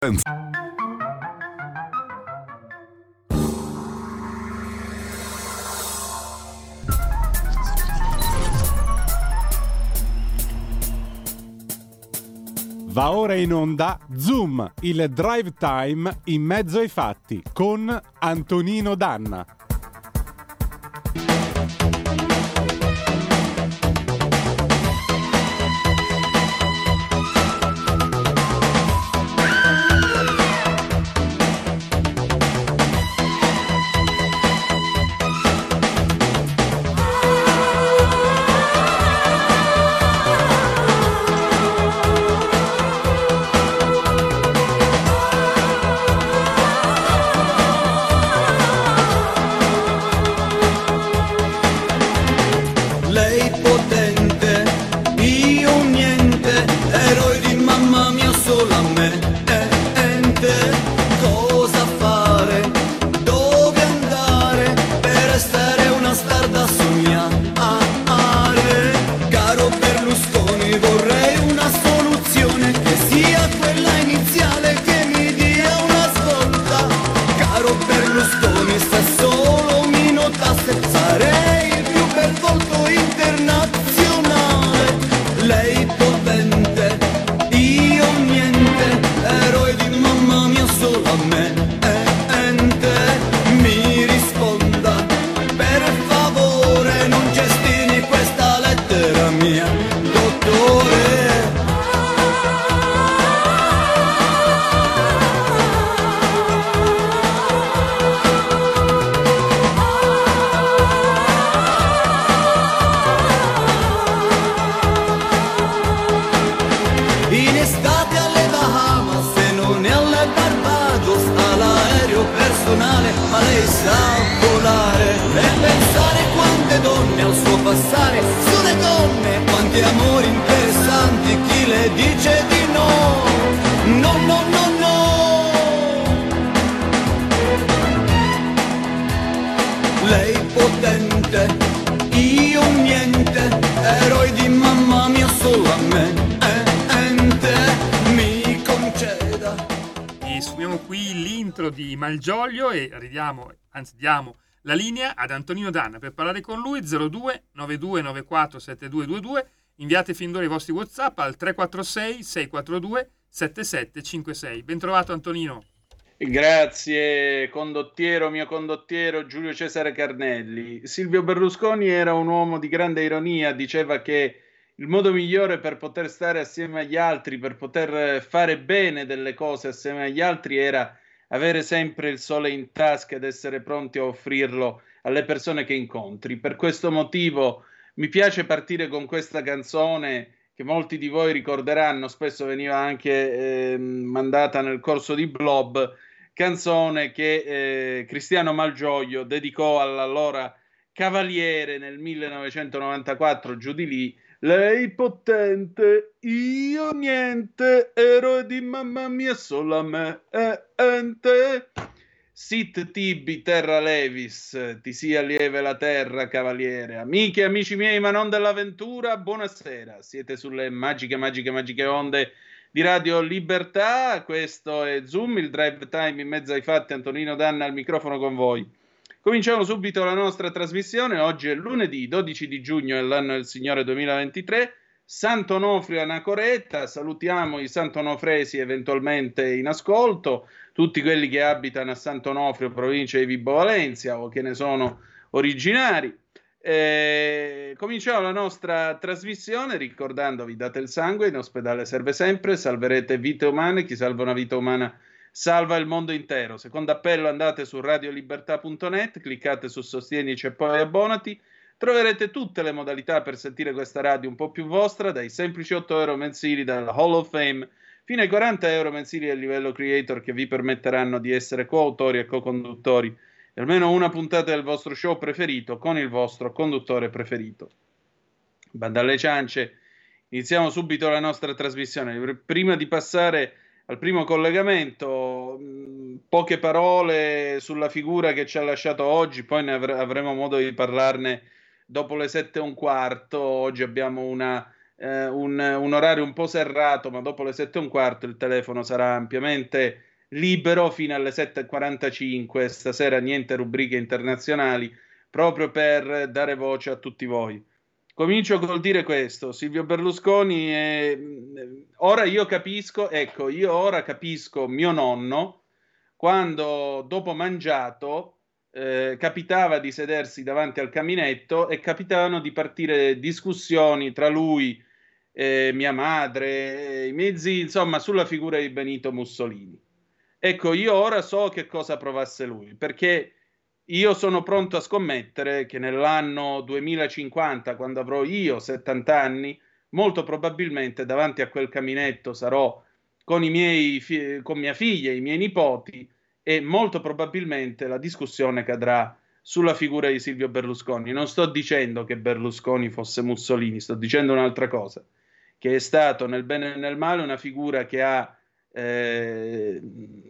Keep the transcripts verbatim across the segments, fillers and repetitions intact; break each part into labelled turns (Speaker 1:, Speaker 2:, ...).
Speaker 1: Va ora in onda Zoom, il drive time in mezzo ai fatti con Antonino Danna.
Speaker 2: Malgioglio e ridiamo, anzi diamo la linea ad Antonino Danna per parlare con lui. Zero due nove due nove quattro sette due due due. Inviate fin d'ora i vostri WhatsApp al tre quattro sei sei quattro due sette sette cinque sei. Ben trovato Antonino.
Speaker 3: Grazie condottiero, mio condottiero Giulio Cesare Carnelli. Silvio Berlusconi era un uomo di grande ironia, diceva che il modo migliore per poter stare assieme agli altri, per poter fare bene delle cose assieme agli altri era avere sempre il sole in tasca ed essere pronti a offrirlo alle persone che incontri. Per questo motivo mi piace partire con questa canzone che molti di voi ricorderanno, spesso veniva anche eh, mandata nel corso di Blob, canzone che eh, Cristiano Malgioglio dedicò all'allora cavaliere nel millenovecentonovantaquattro, giù di lì. Lei potente, io niente, eroe di mamma mia, solo a me è ente. Sit tibi terra levis, ti sia lieve la terra, cavaliere. Amiche e amici miei, ma non dell'avventura, buonasera. Siete sulle magiche, magiche, magiche onde di Radio Libertà. Questo è Zoom, il drive time in mezzo ai fatti. Antonino Danna al microfono con voi. Cominciamo subito la nostra trasmissione. Oggi è lunedì dodici di giugno dell'anno del Signore duemilaventitré, Sant'Onofrio Anacoreta. Salutiamo i santonofresi eventualmente in ascolto, tutti quelli che abitano a Sant'Onofrio, provincia di Vibo Valentia o che ne sono originari. Eh, cominciamo la nostra trasmissione ricordandovi: date il sangue, in ospedale serve sempre, salverete vite umane, chi salva una vita umana salva il mondo intero. Secondo appello, andate su radiolibertà punto net, cliccate su Sostienici e poi abbonati. Troverete tutte le modalità per sentire questa radio un po' più vostra, dai semplici otto euro mensili dalla Hall of Fame fino ai quaranta euro mensili del livello creator, che vi permetteranno di essere coautori e co-conduttori di almeno una puntata del vostro show preferito con il vostro conduttore preferito. Banda alle ciance, iniziamo subito la nostra trasmissione. Prima di passare al primo collegamento, mh, poche parole sulla figura che ci ha lasciato oggi, poi ne avre- avremo modo di parlarne dopo le sette e un quarto. Oggi abbiamo una eh, un, un orario un po' serrato, ma dopo le sette e un quarto il telefono sarà ampiamente libero fino alle sette e quarantacinque. Stasera niente rubriche internazionali, proprio per dare voce a tutti voi. Comincio col dire questo: Silvio Berlusconi è... ora io capisco, ecco, io ora capisco mio nonno quando dopo mangiato eh, capitava di sedersi davanti al caminetto e capitavano di partire discussioni tra lui, eh, mia madre, i miei zii, insomma, sulla figura di Benito Mussolini. Ecco, io ora so che cosa provasse lui, perché io sono pronto a scommettere che nell'anno duemilacinquanta, quando avrò io settanta anni, molto probabilmente davanti a quel caminetto sarò con i miei fi- con mia figlia e i miei nipoti, e molto probabilmente la discussione cadrà sulla figura di Silvio Berlusconi. Non sto dicendo che Berlusconi fosse Mussolini, sto dicendo un'altra cosa, che è stato nel bene e nel male una figura che ha eh,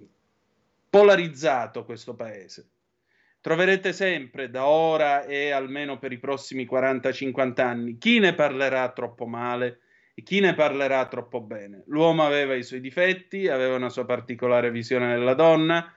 Speaker 3: polarizzato questo paese. Troverete sempre, da ora e almeno per i prossimi quaranta cinquanta anni, chi ne parlerà troppo male e chi ne parlerà troppo bene. L'uomo aveva i suoi difetti, aveva una sua particolare visione della donna,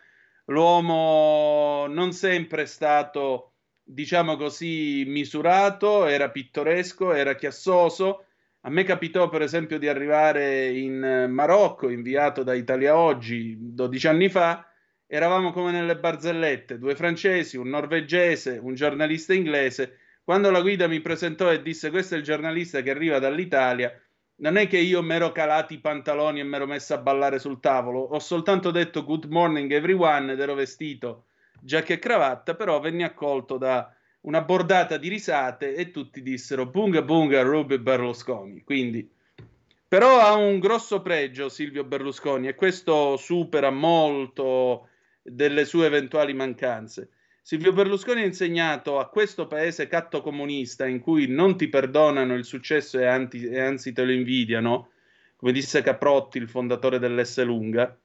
Speaker 3: l'uomo non sempre è stato, diciamo così, misurato, era pittoresco, era chiassoso. A me capitò per esempio di arrivare in Marocco, inviato da Italia Oggi dodici anni fa. Eravamo come nelle barzellette, due francesi, un norvegese, un giornalista inglese. Quando la guida mi presentò e disse: questo è il giornalista che arriva dall'Italia, non è che io mi ero calati i pantaloni e mi ero messo a ballare sul tavolo, ho soltanto detto good morning everyone ed ero vestito giacca e cravatta, però venni accolto da una bordata di risate e tutti dissero bunga bunga Ruby Berlusconi. Quindi, però ha un grosso pregio Silvio Berlusconi, e questo supera molto delle sue eventuali mancanze. Silvio Berlusconi ha insegnato a questo paese catto comunista, in cui non ti perdonano il successo e, anti, e anzi te lo invidiano, come disse Caprotti, il fondatore dell'Esselunga,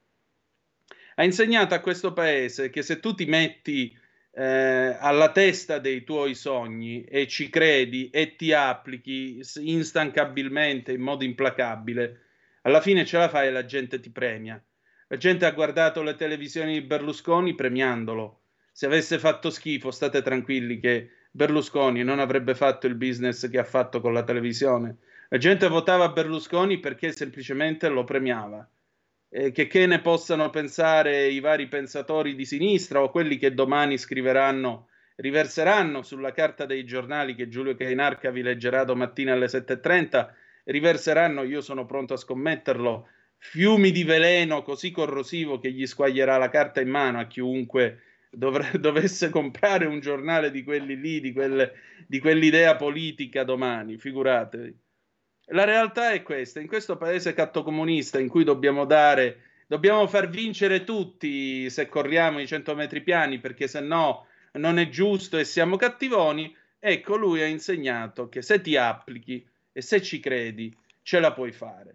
Speaker 3: ha insegnato a questo paese che se tu ti metti eh, alla testa dei tuoi sogni e ci credi e ti applichi instancabilmente, in modo implacabile, alla fine ce la fai e la gente ti premia. La gente ha guardato le televisioni di Berlusconi premiandolo. Se avesse fatto schifo, state tranquilli che Berlusconi non avrebbe fatto il business che ha fatto con la televisione. La gente votava Berlusconi perché semplicemente lo premiava. Eh, che, che ne possano pensare i vari pensatori di sinistra o quelli che domani scriveranno, riverseranno sulla carta dei giornali che Giulio Cainarca vi leggerà domattina alle sette e trenta, riverseranno, io sono pronto a scommetterlo, fiumi di veleno così corrosivo che gli squaglierà la carta in mano a chiunque dovre- dovesse comprare un giornale di quelli lì, di, quelle, di quell'idea politica domani, figuratevi. La realtà è questa: in questo paese cattocomunista in cui dobbiamo dare, dobbiamo far vincere tutti se corriamo i cento metri piani, perché se no non è giusto e siamo cattivoni, ecco, lui ha insegnato che se ti applichi e se ci credi ce la puoi fare.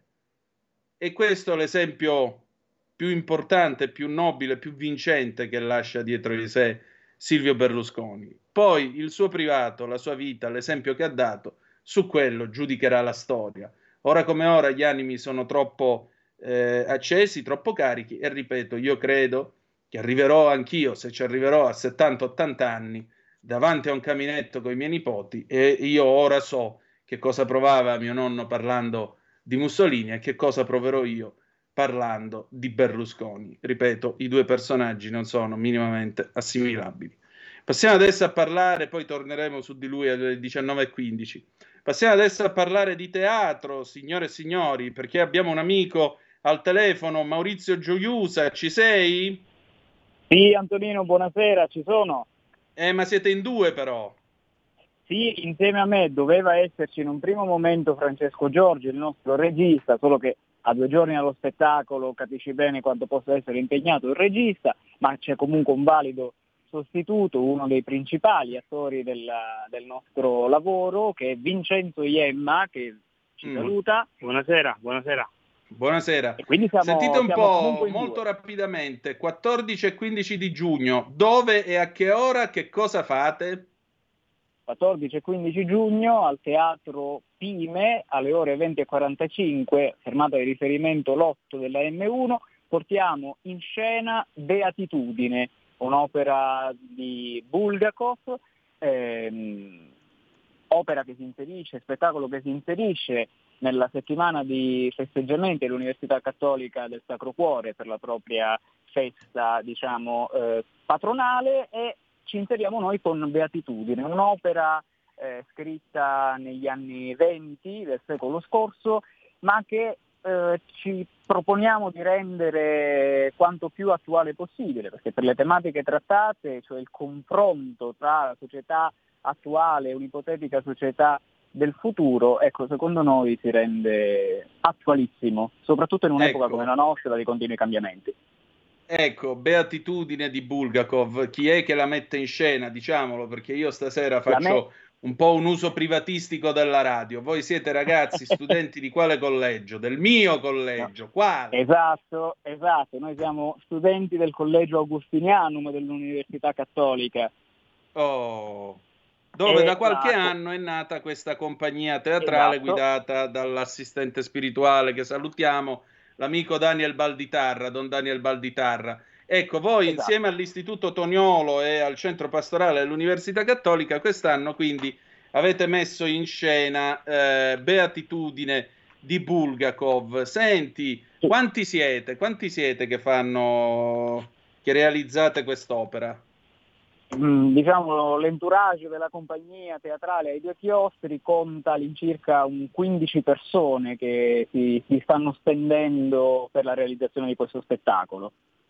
Speaker 3: E questo è l'esempio più importante, più nobile, più vincente che lascia dietro di sé Silvio Berlusconi. Poi il suo privato, la sua vita, l'esempio che ha dato, su quello giudicherà la storia. Ora come ora gli animi sono troppo eh, accesi, troppo carichi, e ripeto, io credo che arriverò anch'io, se ci arriverò a settanta ottanta anni, davanti a un caminetto con i miei nipoti, e io ora so che cosa provava mio nonno parlando di Mussolini e che cosa proverò io parlando di Berlusconi. Ripeto, i due personaggi non sono minimamente assimilabili. Passiamo adesso a parlare, poi torneremo su di lui alle diciannove e quindici. Passiamo adesso a parlare di teatro, signore e signori, perché abbiamo un amico al telefono, Maurizio Gioiusa. Ci sei?
Speaker 4: Sì, Antonino, buonasera, ci sono.
Speaker 3: Eh, ma siete in due però.
Speaker 4: Sì, insieme a me doveva esserci in un primo momento Francesco Giorgi, il nostro regista, solo che a due giorni dallo spettacolo capisci bene quanto possa essere impegnato il regista, ma c'è comunque un valido sostituto, uno dei principali attori del, del nostro lavoro, che è Vincenzo Iemma, che ci mm. saluta. Buonasera, buonasera.
Speaker 3: Buonasera.
Speaker 4: E quindi siamo,
Speaker 3: Sentite un po' molto
Speaker 4: due.
Speaker 3: rapidamente, quattordici e quindici di giugno, dove e a che ora, che cosa fate?
Speaker 4: quattordici e quindici giugno al Teatro Pime alle ore venti e quarantacinque, fermata di riferimento l'otto della emme uno, portiamo in scena Beatitudine, un'opera di Bulgakov, ehm, opera che si inserisce, spettacolo che si inserisce nella settimana di festeggiamenti dell'Università Cattolica del Sacro Cuore per la propria festa, diciamo, eh, patronale, e ci inseriamo noi con Beatitudine, un'opera eh, scritta negli anni venti del secolo scorso, ma che eh, ci proponiamo di rendere quanto più attuale possibile, perché per le tematiche trattate, cioè il confronto tra la società attuale e un'ipotetica società del futuro, ecco, secondo noi si rende attualissimo, soprattutto in un'epoca
Speaker 3: Ecco.
Speaker 4: come la nostra di continui cambiamenti.
Speaker 3: Ecco, Beatitudine di Bulgakov, chi è che la mette in scena? Diciamolo, perché io stasera faccio me... un po' un uso privatistico della radio. Voi siete ragazzi, studenti di quale collegio? Del mio collegio,
Speaker 4: no.
Speaker 3: quale?
Speaker 4: Esatto, esatto, noi siamo studenti del Collegio Augustinianum dell'Università Cattolica.
Speaker 3: Oh, dove
Speaker 4: e
Speaker 3: da qualche
Speaker 4: la...
Speaker 3: anno è nata questa compagnia teatrale,
Speaker 4: esatto,
Speaker 3: guidata dall'assistente spirituale che salutiamo, l'amico Daniel Balditarra, Don Daniel Balditarra. Ecco, voi
Speaker 4: esatto.
Speaker 3: insieme all'Istituto Toniolo e al Centro Pastorale dell'Università Cattolica quest'anno quindi avete messo in scena eh, Beatitudine di Bulgakov. Senti,
Speaker 4: Sì.
Speaker 3: quanti siete? Quanti siete che fanno, che realizzate quest'opera?
Speaker 4: Mm, diciamo l'entourage della compagnia teatrale ai due chiostri conta all'incirca un quindici persone che si, si stanno spendendo per la realizzazione di questo spettacolo.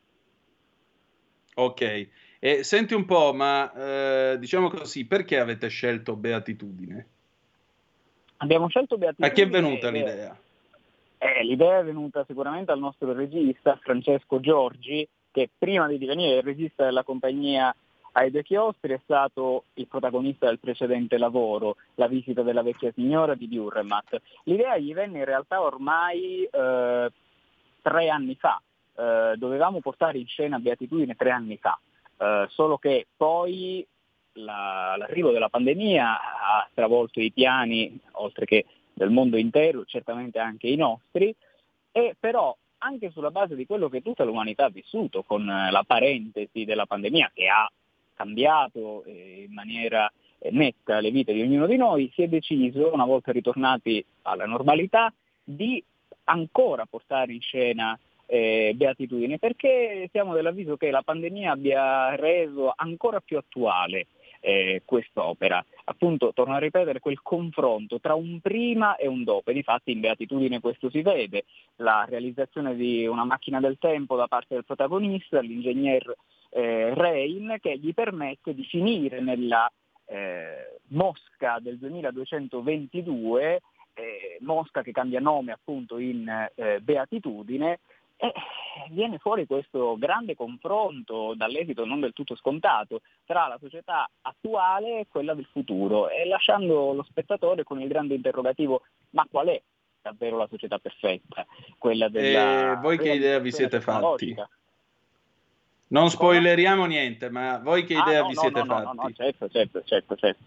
Speaker 3: Ok, e senti un po', ma eh, diciamo così, perché avete scelto Beatitudine?
Speaker 4: Abbiamo scelto Beatitudine.
Speaker 3: A chi è venuta l'idea?
Speaker 4: Eh, l'idea è venuta sicuramente al nostro regista Francesco Giorgi, che prima di divenire il regista della compagnia ai due chiostri è stato il protagonista del precedente lavoro, La visita della vecchia signora di Dürrenmatt. L'idea gli venne in realtà ormai eh, tre anni fa. Eh, dovevamo portare in scena Beatitudine tre anni fa, eh, solo che poi la, l'arrivo della pandemia ha stravolto i piani, oltre che del mondo intero, certamente anche i nostri, e però anche sulla base di quello che tutta l'umanità ha vissuto con la parentesi della pandemia, che ha cambiato eh, in maniera eh, netta le vite di ognuno di noi, si è deciso, una volta ritornati alla normalità, di ancora portare in scena eh, Beatitudine, perché siamo dell'avviso che la pandemia abbia reso ancora più attuale eh, quest'opera. Appunto, torno a ripetere, quel confronto tra un prima e un dopo, e difatti in Beatitudine questo si vede, la realizzazione di una macchina del tempo da parte del protagonista, l'ingegner eh, Rein, che gli permette di finire nella eh, Mosca del duemiladuecentoventidue, eh, Mosca che cambia nome appunto in eh, Beatitudine, e viene fuori questo grande confronto, dall'esito non del tutto scontato, tra la società attuale e quella del futuro, e lasciando lo spettatore con il grande interrogativo: ma qual è davvero la società perfetta? Quella della
Speaker 3: E voi che idea vi siete fatti? Non spoileriamo niente, ma voi che idea
Speaker 4: ah, no,
Speaker 3: vi
Speaker 4: no,
Speaker 3: siete
Speaker 4: no,
Speaker 3: fatti?
Speaker 4: No, no, certo, certo, certo, certo.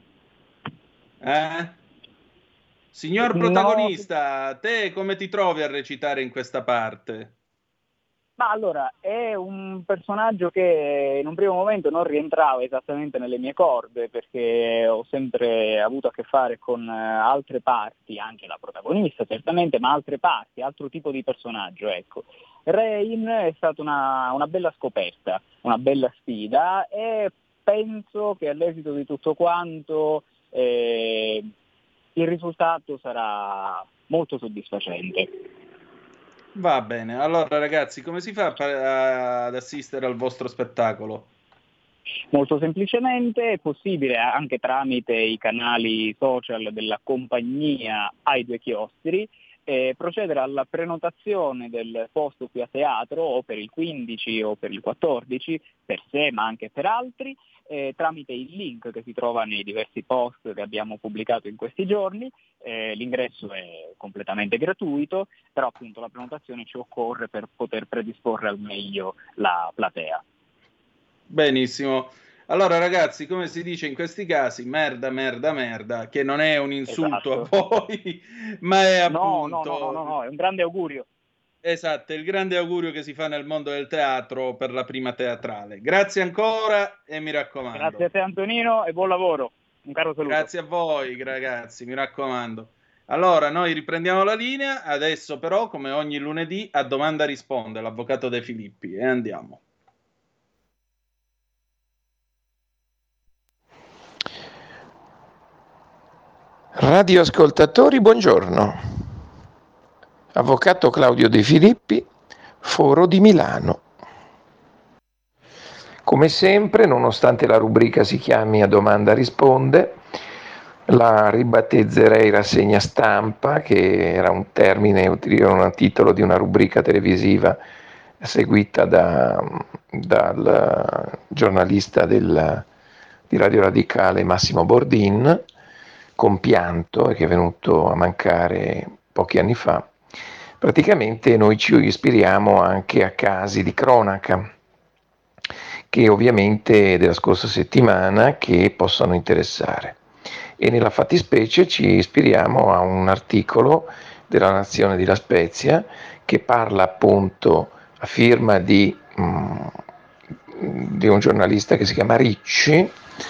Speaker 3: Eh? Signor protagonista, no. Te come ti trovi a recitare in questa parte?
Speaker 4: Ma allora, è un personaggio che in un primo momento non rientrava esattamente nelle mie corde, perché ho sempre avuto a che fare con altre parti, anche la protagonista certamente, ma altre parti, altro tipo di personaggio, ecco. Rein è stata una, una bella scoperta, una bella sfida, e penso che all'esito di tutto quanto eh, il risultato sarà molto soddisfacente.
Speaker 3: Va bene, allora ragazzi, come si fa ad assistere al vostro spettacolo?
Speaker 4: Molto semplicemente, è possibile anche tramite i canali social della compagnia ai due chiostri eh, procedere alla prenotazione del posto qui a teatro, o per il quindici o per il quattordici, per sé ma anche per altri, eh, tramite il link che si trova nei diversi post che abbiamo pubblicato in questi giorni. Eh, l'ingresso è completamente gratuito, però appunto la prenotazione ci occorre per poter predisporre al meglio la platea.
Speaker 3: Benissimo. Allora ragazzi, come si dice in questi casi, merda, merda, merda, che non è un insulto
Speaker 4: Esatto.
Speaker 3: a voi, ma è
Speaker 4: No,
Speaker 3: appunto...
Speaker 4: no, no, no, no, è un grande augurio.
Speaker 3: Esatto, è il grande augurio che si fa nel mondo del teatro per la prima teatrale. Grazie ancora e mi raccomando.
Speaker 4: Grazie a te Antonino e buon lavoro. Un caro saluto.
Speaker 3: Grazie a voi ragazzi, mi raccomando. Allora, noi riprendiamo la linea, adesso però, come ogni lunedì, a domanda risponde l'avvocato De Filippi e andiamo.
Speaker 5: Radioascoltatori, buongiorno. Avvocato Claudio De Filippi, Foro di Milano. Come sempre, nonostante la rubrica si chiami A domanda risponde, la ribattezzerei rassegna stampa, che era un termine, un titolo di una rubrica televisiva seguita da, dal giornalista del, di Radio Radicale Massimo Bordin, compianto e che è venuto a mancare pochi anni fa. Praticamente noi ci ispiriamo anche a casi di cronaca, che ovviamente della scorsa settimana, che possano interessare. E nella fattispecie ci ispiriamo a un articolo della Nazione di La Spezia che parla appunto a firma di, um, di un giornalista che si chiama Ricci,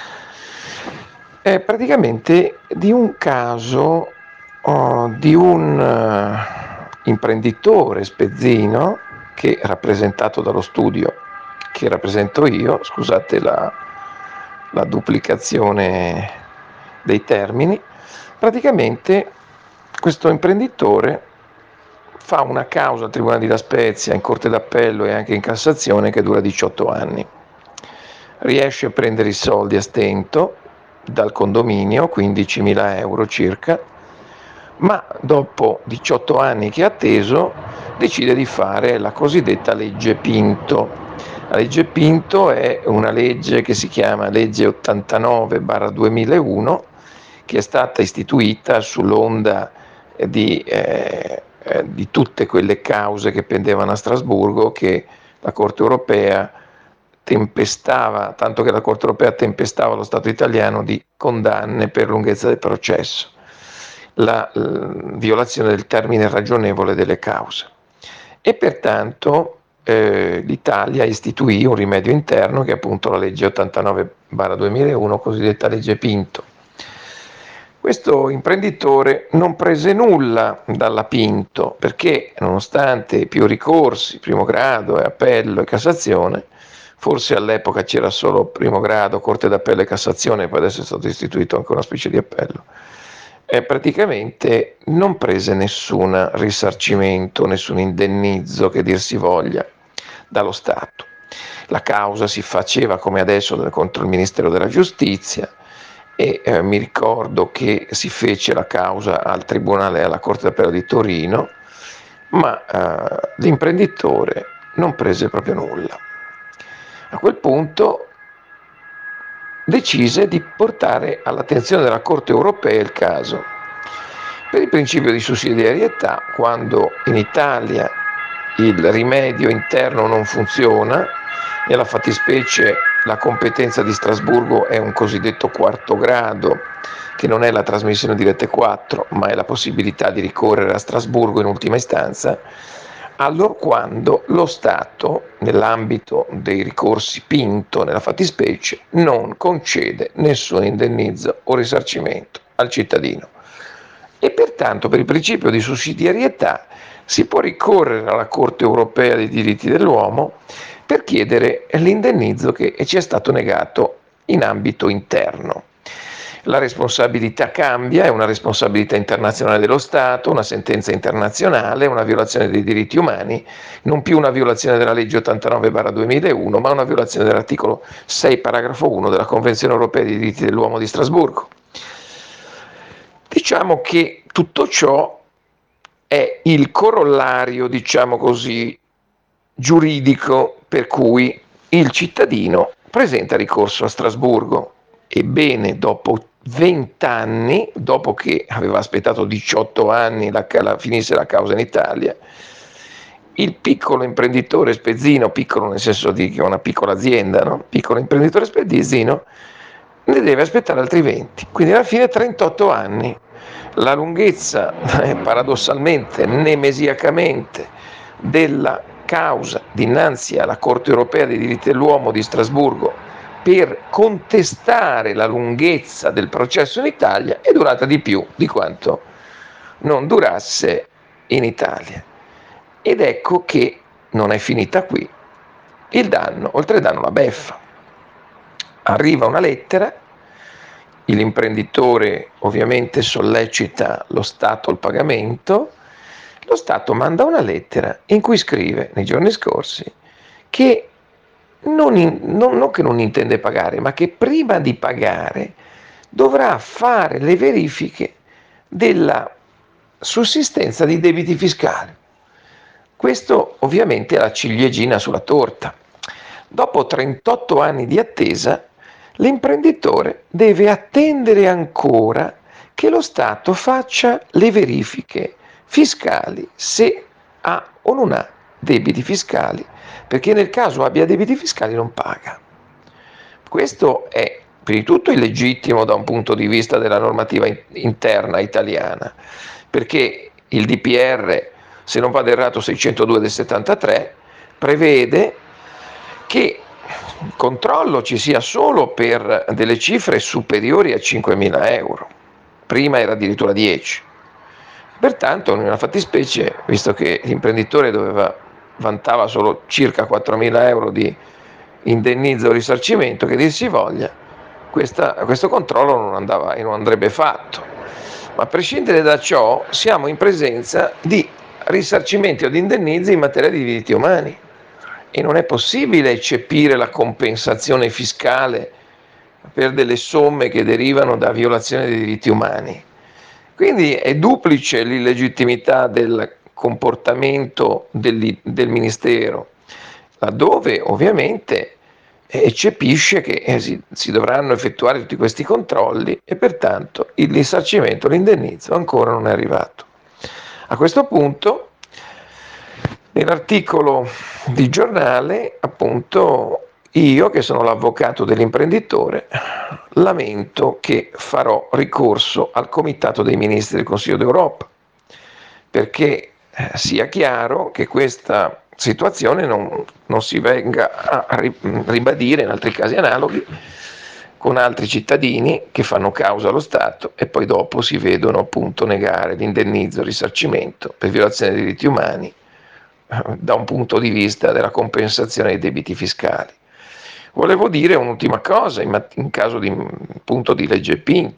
Speaker 5: è praticamente di un caso oh, di un uh, imprenditore spezzino che è rappresentato dallo studio che rappresento io, scusate la, la duplicazione dei termini. Praticamente questo imprenditore fa una causa al Tribunale di La Spezia, in Corte d'Appello e anche in Cassazione, che dura diciotto anni. Riesce a prendere i soldi a stento dal condominio, quindicimila euro circa, ma dopo diciotto anni che ha atteso decide di fare la cosiddetta legge Pinto. La legge Pinto è una legge che si chiama legge ottantanove barra duemilauno, che è stata istituita sull'onda di, eh, di tutte quelle cause che pendevano a Strasburgo, che la Corte europea tempestava, tanto che la Corte europea tempestava lo Stato italiano di condanne per lunghezza del processo, la, la violazione del termine ragionevole delle cause. E pertanto eh, l'Italia istituì un rimedio interno, che è appunto la legge ottantanove barra duemilauno, cosiddetta legge Pinto. Questo imprenditore non prese nulla dalla Pinto, perché nonostante i più ricorsi, primo grado e appello e Cassazione, forse all'epoca c'era solo primo grado, Corte d'Appello e Cassazione, poi adesso è stato istituito anche una specie di appello, e praticamente non prese nessun risarcimento, nessun indennizzo che dir si voglia dallo Stato. La causa si faceva come adesso contro il Ministero della Giustizia, e eh, mi ricordo che si fece la causa al Tribunale, alla Corte d'Appello di Torino, ma eh, l'imprenditore non prese proprio nulla. A quel punto decise di portare all'attenzione della Corte europea il caso. Per il principio di sussidiarietà, quando in Italia il rimedio interno non funziona, nella fattispecie la competenza di Strasburgo è un cosiddetto quarto grado, che non è la trasmissione di Rete quattro, ma è la possibilità di ricorrere a Strasburgo in ultima istanza, allorquando lo Stato, nell'ambito dei ricorsi Pinto, nella fattispecie, non concede nessun indennizzo o risarcimento al cittadino. E pertanto, per il principio di sussidiarietà, si può ricorrere alla Corte europea dei diritti dell'uomo per chiedere l'indennizzo che ci è stato negato in ambito interno. La responsabilità cambia, è una responsabilità internazionale dello Stato, una sentenza internazionale, una violazione dei diritti umani, non più una violazione della legge ottantanove barra duemilauno, ma una violazione dell'articolo sei paragrafo uno della Convenzione europea dei diritti dell'uomo di Strasburgo. Diciamo che tutto ciò è il corollario, diciamo così, giuridico per cui il cittadino presenta ricorso a Strasburgo. Ebbene, dopo vent'anni, dopo che aveva aspettato diciotto anni la, la finisse la causa in Italia, il piccolo imprenditore spezzino, piccolo nel senso di che è una piccola azienda, no? Piccolo imprenditore spezzino, ne deve aspettare altri venti, quindi alla fine trentotto anni. La lunghezza, eh, paradossalmente, nemesiacamente, della causa dinanzi alla Corte europea dei diritti dell'uomo di Strasburgo per contestare la lunghezza del processo in Italia è durata di più di quanto non durasse in Italia. Ed ecco che non è finita qui. Il danno, oltre al danno, la beffa. Arriva una lettera, l'imprenditore ovviamente sollecita lo Stato al pagamento, lo Stato manda una lettera in cui scrive, nei giorni scorsi, che non, in, non, non che non intende pagare, ma che prima di pagare dovrà fare le verifiche della sussistenza di debiti fiscali. Questo ovviamente è la ciliegina sulla torta. Dopo trentotto anni di attesa, l'imprenditore deve attendere ancora che lo Stato faccia le verifiche fiscali se ha o non ha debiti fiscali, perché nel caso abbia debiti fiscali non paga. Questo è prima di tutto illegittimo da un punto di vista della normativa interna italiana, perché il D P R, se non vado errato seicentodue del settantatré, prevede che il controllo ci sia solo per delle cifre superiori a cinquemila euro, prima era addirittura dieci. Pertanto, in una fattispecie, visto che l'imprenditore doveva, vantava solo circa quattromila euro di indennizzo o risarcimento, che dir si voglia, questa, questo controllo non andava e non andrebbe fatto. Ma a prescindere da ciò, siamo in presenza di risarcimenti o di indennizzi in materia di diritti umani e non è possibile eccepire la compensazione fiscale per delle somme che derivano da violazione dei diritti umani. Quindi è duplice l'illegittimità del comportamento del, del Ministero, laddove ovviamente eccepisce che eh, si, si dovranno effettuare tutti questi controlli e pertanto il risarcimento, l'indennizzo ancora non è arrivato. A questo punto, nell'articolo di giornale, appunto, io, che sono l'avvocato dell'imprenditore, lamento che farò ricorso al Comitato dei Ministri del Consiglio d'Europa, perché eh, sia chiaro che questa situazione non, non si venga a ribadire in altri casi analoghi con altri cittadini che fanno causa allo Stato e poi dopo si vedono appunto negare l'indennizzo, il risarcimento per violazione dei diritti umani eh, da un punto di vista della compensazione dei debiti fiscali. Volevo dire un'ultima cosa in, in caso di punto di legge Pinto.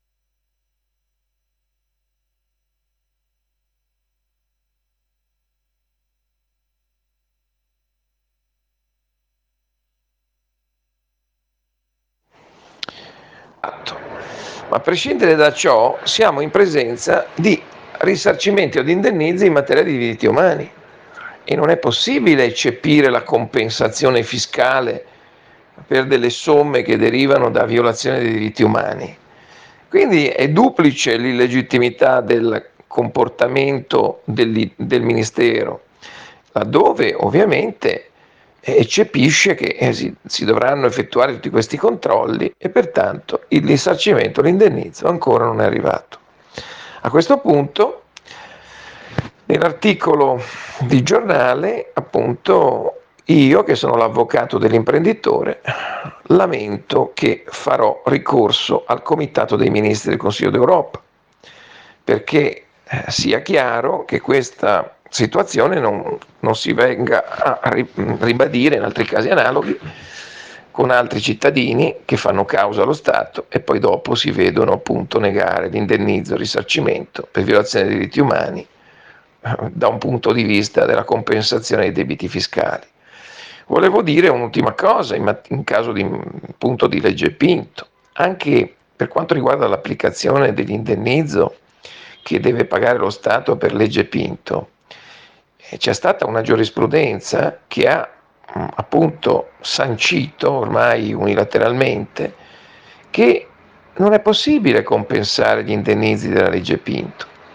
Speaker 5: Ma a prescindere da ciò, siamo in presenza di risarcimenti o di indennizzi in materia di diritti umani e non è possibile eccepire la compensazione fiscale per delle somme che derivano da violazione dei diritti umani. Quindi è duplice l'illegittimità del comportamento del, del Ministero, laddove ovviamente eccepisce che eh, si, si dovranno effettuare tutti questi controlli e pertanto il risarcimento, l'indennizzo ancora non è arrivato. A questo punto, nell'articolo di giornale, appunto, io, che sono l'avvocato dell'imprenditore, lamento che farò ricorso al Comitato dei Ministri del Consiglio d'Europa, perché eh, sia chiaro che questa situazione non, non si venga a ribadire in altri casi analoghi con altri cittadini che fanno causa allo Stato e poi dopo si vedono appunto negare l'indennizzo, il risarcimento per violazione dei diritti umani eh, da un punto di vista della compensazione dei debiti fiscali. Volevo dire un'ultima cosa in, in caso di punto di legge Pinto, anche per quanto riguarda l'applicazione dell'indennizzo che deve pagare lo Stato per legge Pinto. C'è stata una giurisprudenza che ha mh, appunto sancito ormai unilateralmente che non è possibile compensare gli indennizzi della legge Pinto,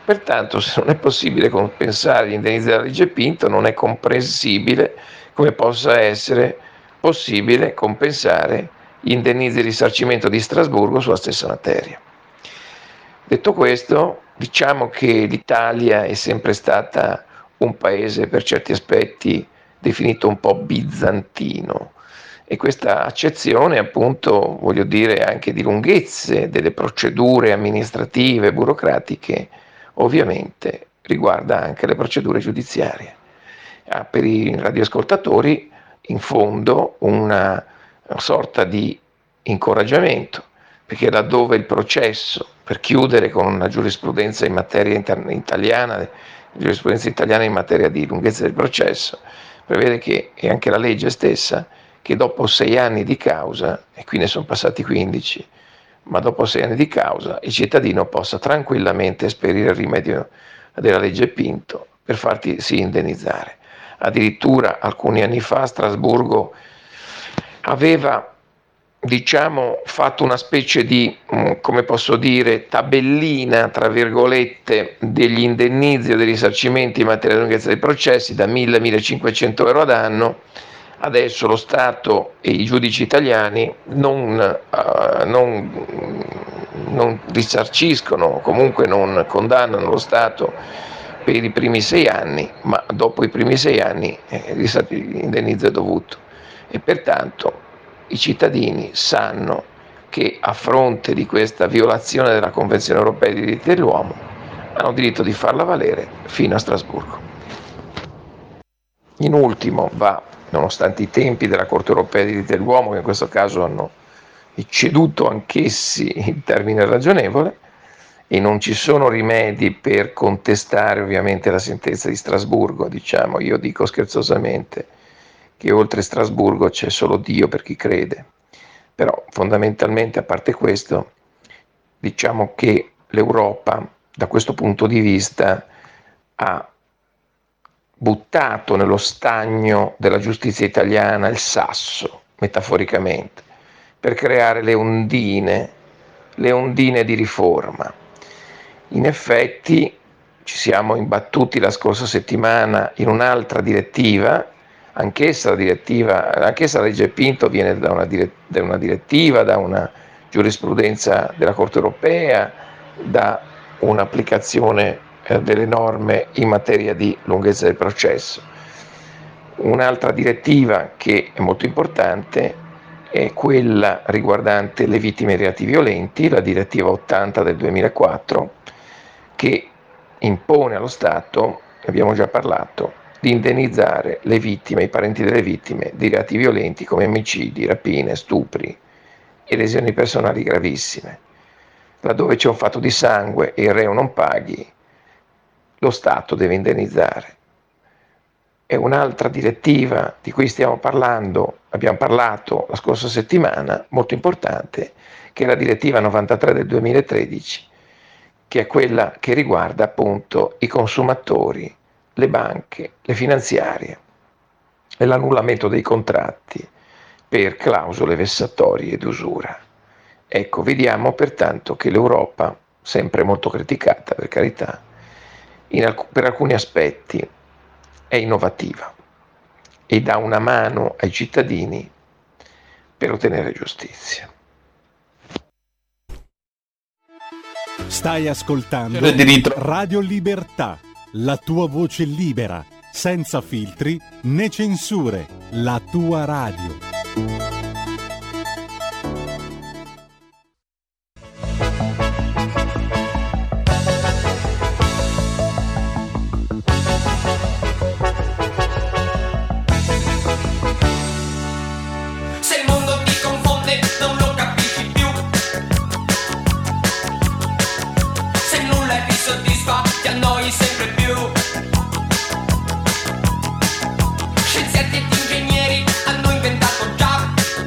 Speaker 5: Pertanto, se non è possibile compensare gli indennizzi della legge Pinto, non è comprensibile come possa essere possibile compensare gli indennizzi di risarcimento di Strasburgo sulla stessa materia. Detto questo, diciamo che l'Italia è sempre stata un paese per certi aspetti definito un po' bizantino, e questa accezione, appunto, voglio dire, anche di lunghezze delle procedure amministrative, burocratiche, ovviamente riguarda anche le procedure giudiziarie. Ha per i radioascoltatori in fondo una, una sorta di incoraggiamento, perché laddove il processo, per chiudere con una giurisprudenza in materia inter- italiana, giurisprudenza italiana in materia di lunghezza del processo, prevede che, e anche la legge stessa, che dopo sei anni di causa, e qui ne sono passati quindici, ma dopo sei anni di causa il cittadino possa tranquillamente esperire il rimedio della legge Pinto per farsi indennizzare. Addirittura alcuni anni fa Strasburgo aveva, diciamo, fatto una specie di, come posso dire, tabellina, tra virgolette, degli indennizzi o dei risarcimenti in materia di lunghezza dei processi da mille a millecinquecento euro ad anno. Adesso lo Stato e i giudici italiani non, uh, non, non risarciscono, comunque non condannano lo Stato per i primi sei anni, ma dopo i primi sei anni eh, l'indennizzo è dovuto. E pertanto i cittadini sanno che a fronte di questa violazione della Convenzione Europea dei diritti dell'uomo hanno diritto di farla valere fino a Strasburgo. In ultimo va, nonostante i tempi della Corte Europea dei diritti dell'uomo, che in questo caso hanno ecceduto anch'essi il termine ragionevole, e non ci sono rimedi per contestare ovviamente la sentenza di Strasburgo, diciamo, io dico scherzosamente che oltre Strasburgo c'è solo Dio per chi crede, però fondamentalmente, a parte questo, diciamo che l'Europa da questo punto di vista ha buttato nello stagno della giustizia italiana il sasso, metaforicamente, per creare le ondine, le ondine di riforma. In effetti ci siamo imbattuti la scorsa settimana in un'altra direttiva, anch'essa la direttiva, anch'essa la legge Pinto viene da una, dire, da una direttiva, da una giurisprudenza della Corte Europea, da un'applicazione delle norme in materia di lunghezza del processo. Un'altra direttiva che è molto importante è quella riguardante le vittime di reati violenti, la direttiva ottanta del duemilaquattro, che impone allo Stato, abbiamo già parlato, di indennizzare le vittime, i parenti delle vittime di reati violenti come omicidi, rapine, stupri e lesioni personali gravissime. Laddove c'è un fatto di sangue e il reo non paghi, lo Stato deve indennizzare. È un'altra direttiva di cui stiamo parlando, abbiamo parlato la scorsa settimana, molto importante, che è la direttiva novantatré del duemilatredici, che è quella che riguarda appunto i consumatori, le banche, le finanziarie e l'annullamento dei contratti per clausole vessatorie ed usura. Ecco, vediamo pertanto che l'Europa, sempre molto criticata per carità, in alc- per alcuni aspetti è innovativa e dà una mano ai cittadini per ottenere giustizia.
Speaker 1: Stai ascoltando Radio Libertà, la tua voce libera, senza filtri né censure, la tua radio.
Speaker 6: Scienziati ed ingegneri hanno inventato già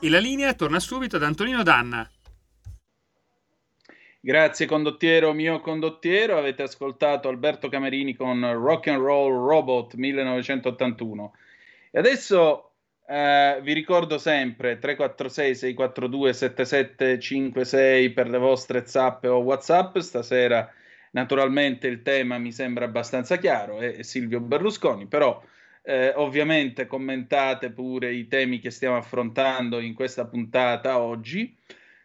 Speaker 2: E la linea torna subito ad Antonino Danna.
Speaker 3: Grazie condottiero, mio condottiero. Avete ascoltato Alberto Camerini con Rock and Roll Robot millenovecentottantuno. E adesso eh, vi ricordo sempre tre quattro sei sei quattro due sette sette cinque sei per le vostre zappe o WhatsApp. Stasera naturalmente il tema mi sembra abbastanza chiaro, è Silvio Berlusconi, però eh, ovviamente commentate pure i temi che stiamo affrontando in questa puntata oggi.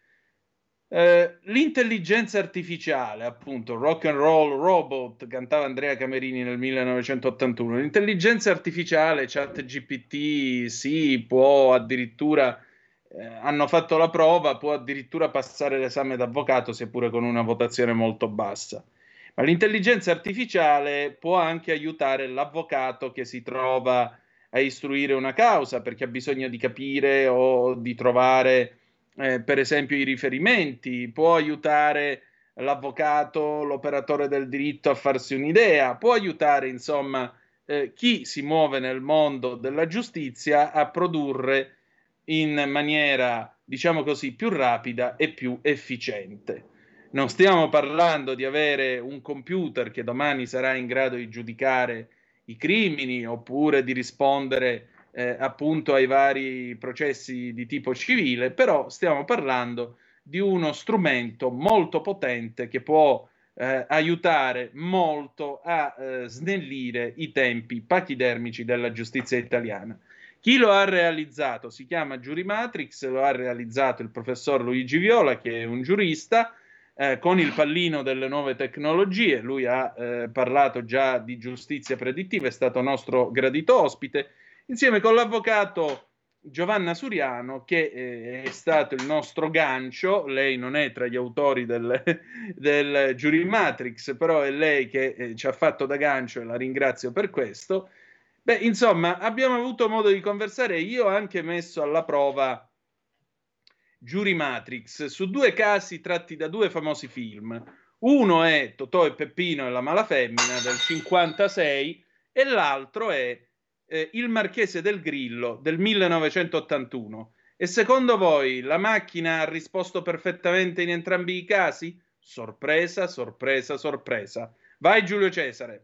Speaker 3: Uh, l'intelligenza artificiale, appunto, Rock and Roll Robot, cantava Andrea Camerini nel millenovecentottantuno. L'intelligenza artificiale, ChatGPT, sì, può addirittura, eh, hanno fatto la prova, può addirittura passare l'esame d'avvocato, seppure con una votazione molto bassa. Ma l'intelligenza artificiale può anche aiutare l'avvocato che si trova a istruire una causa, perché ha bisogno di capire o di trovare Eh, per esempio i riferimenti, può aiutare l'avvocato, l'operatore del diritto a farsi un'idea, può aiutare insomma eh, chi si muove nel mondo della giustizia a produrre in maniera, diciamo così, più rapida e più efficiente. Non stiamo parlando di avere un computer che domani sarà in grado di giudicare i crimini oppure di rispondere Eh, appunto ai vari processi di tipo civile, però stiamo parlando di uno strumento molto potente che può eh, aiutare molto a eh, snellire i tempi pachidermici della giustizia italiana. Chi lo ha realizzato si chiama Giurimatrix, lo ha realizzato il professor Luigi Viola, che è un giurista eh, con il pallino delle nuove tecnologie. Lui ha eh, parlato già di giustizia predittiva, è stato nostro gradito ospite, insieme con l'avvocato Giovanna Suriano, che eh, è stato il nostro gancio. Lei non è tra gli autori del, del Giurimatrix, però è lei che eh, ci ha fatto da gancio e la ringrazio per questo. Beh, insomma, abbiamo avuto modo di conversare. Io ho anche messo alla prova Giurimatrix su due casi tratti da due famosi film. Uno è Totò e Peppino e la Malafemmina del cinquantasei e l'altro è Eh, Il Marchese del Grillo del millenovecentottantuno. E secondo voi la macchina ha risposto perfettamente in entrambi i casi? Sorpresa, sorpresa, sorpresa. Vai Giulio Cesare.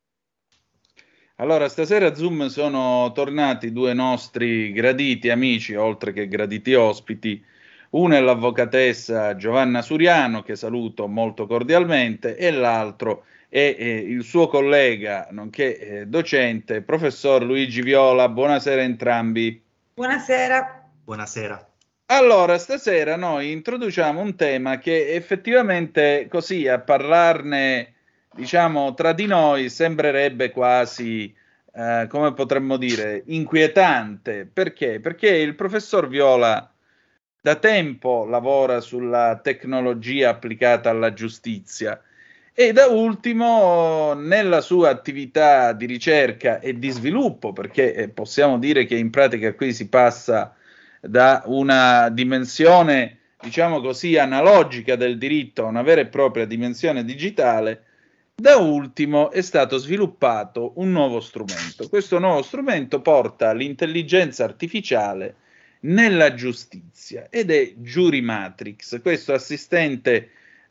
Speaker 3: Allora, stasera a Zoom sono tornati due nostri graditi amici, oltre che graditi ospiti. Uno è l'avvocatessa Giovanna Suriano, che saluto molto cordialmente, e l'altro e eh, il suo collega, nonché eh, docente, professor Luigi Viola. Buonasera a entrambi.
Speaker 6: Buonasera.
Speaker 7: Buonasera.
Speaker 3: Allora, stasera noi introduciamo un tema che effettivamente così, a parlarne, diciamo, tra di noi sembrerebbe quasi, eh, come potremmo dire, inquietante. Perché? Perché il professor Viola da tempo lavora sulla tecnologia applicata alla giustizia, e da ultimo nella sua attività di ricerca e di sviluppo, perché eh, possiamo dire che in pratica qui si passa da una dimensione, diciamo così, analogica del diritto a una vera e propria dimensione digitale. Da ultimo è stato sviluppato un nuovo strumento. Questo nuovo strumento porta l'intelligenza artificiale nella giustizia ed è Giurimatrix, questo assistente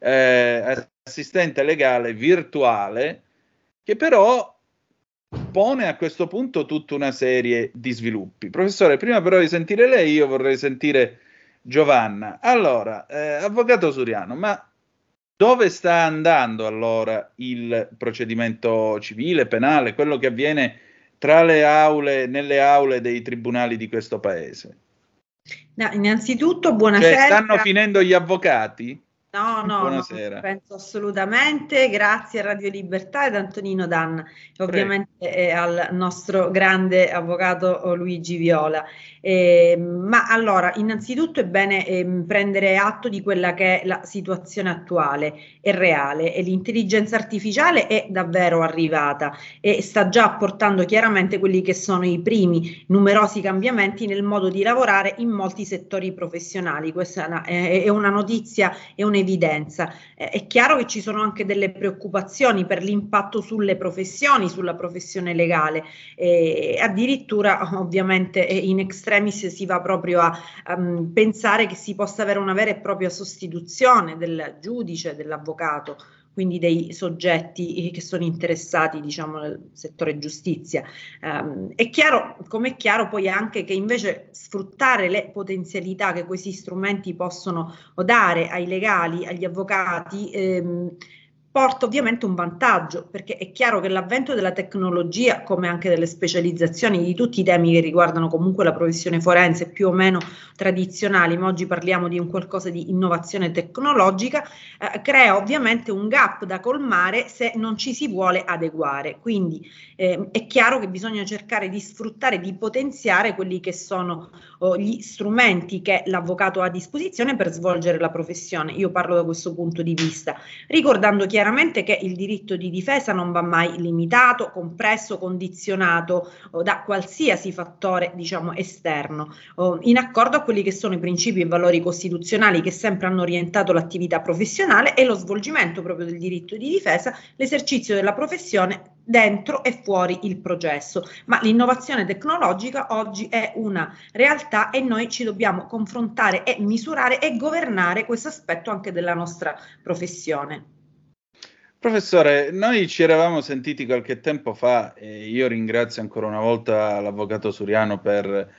Speaker 3: eh, assistente legale virtuale, che però pone a questo punto tutta una serie di sviluppi. Professore, prima però di sentire lei io vorrei sentire Giovanna. Allora, eh, avvocato Suriano, ma dove sta andando allora il procedimento civile, penale, quello che avviene tra le aule, nelle aule dei tribunali di questo paese?
Speaker 6: No, innanzitutto buonasera.
Speaker 3: Cioè, stanno finendo gli avvocati?
Speaker 6: No, no,
Speaker 3: Buonasera.
Speaker 6: no, penso assolutamente. Grazie a Radio Libertà ed Antonino Danna e ovviamente eh, al nostro grande avvocato Luigi Viola. Eh, ma allora, innanzitutto è bene eh, prendere atto di quella che è la situazione attuale e reale, e l'intelligenza artificiale è davvero arrivata e sta già apportando chiaramente quelli che sono i primi numerosi cambiamenti nel modo di lavorare in molti settori professionali. Questa è una, è una notizia, è un evidenza. Eh, è chiaro che ci sono anche delle preoccupazioni per l'impatto sulle professioni, sulla professione legale, e addirittura ovviamente in extremis si va proprio a um, pensare che si possa avere una vera e propria sostituzione del giudice, dell'avvocato, quindi dei soggetti che sono interessati, diciamo, nel settore giustizia. Um, è chiaro, come è chiaro poi anche che invece sfruttare le potenzialità che questi strumenti possono dare ai legali, agli avvocati, ehm, porta ovviamente un vantaggio, perché è chiaro che l'avvento della tecnologia, come anche delle specializzazioni di tutti i temi che riguardano comunque la professione forense più o meno tradizionali, ma oggi parliamo di un qualcosa di innovazione tecnologica, eh, crea ovviamente un gap da colmare se non ci si vuole adeguare. Quindi eh, è chiaro che bisogna cercare di sfruttare, di potenziare quelli che sono oh, gli strumenti che l'avvocato ha a disposizione per svolgere la professione. Io parlo da questo punto di vista, ricordando chiaramente chiaramente che il diritto di difesa non va mai limitato, compresso, condizionato oh, da qualsiasi fattore, diciamo, esterno, oh, in accordo a quelli che sono i principi e valori costituzionali che sempre hanno orientato l'attività professionale e lo svolgimento proprio del diritto di difesa, l'esercizio della professione dentro e fuori il processo. Ma l'innovazione tecnologica oggi è una realtà e noi ci dobbiamo confrontare e misurare e governare questo aspetto anche della nostra professione.
Speaker 3: Professore, noi ci eravamo sentiti qualche tempo fa e io ringrazio ancora una volta l'avvocato Suriano per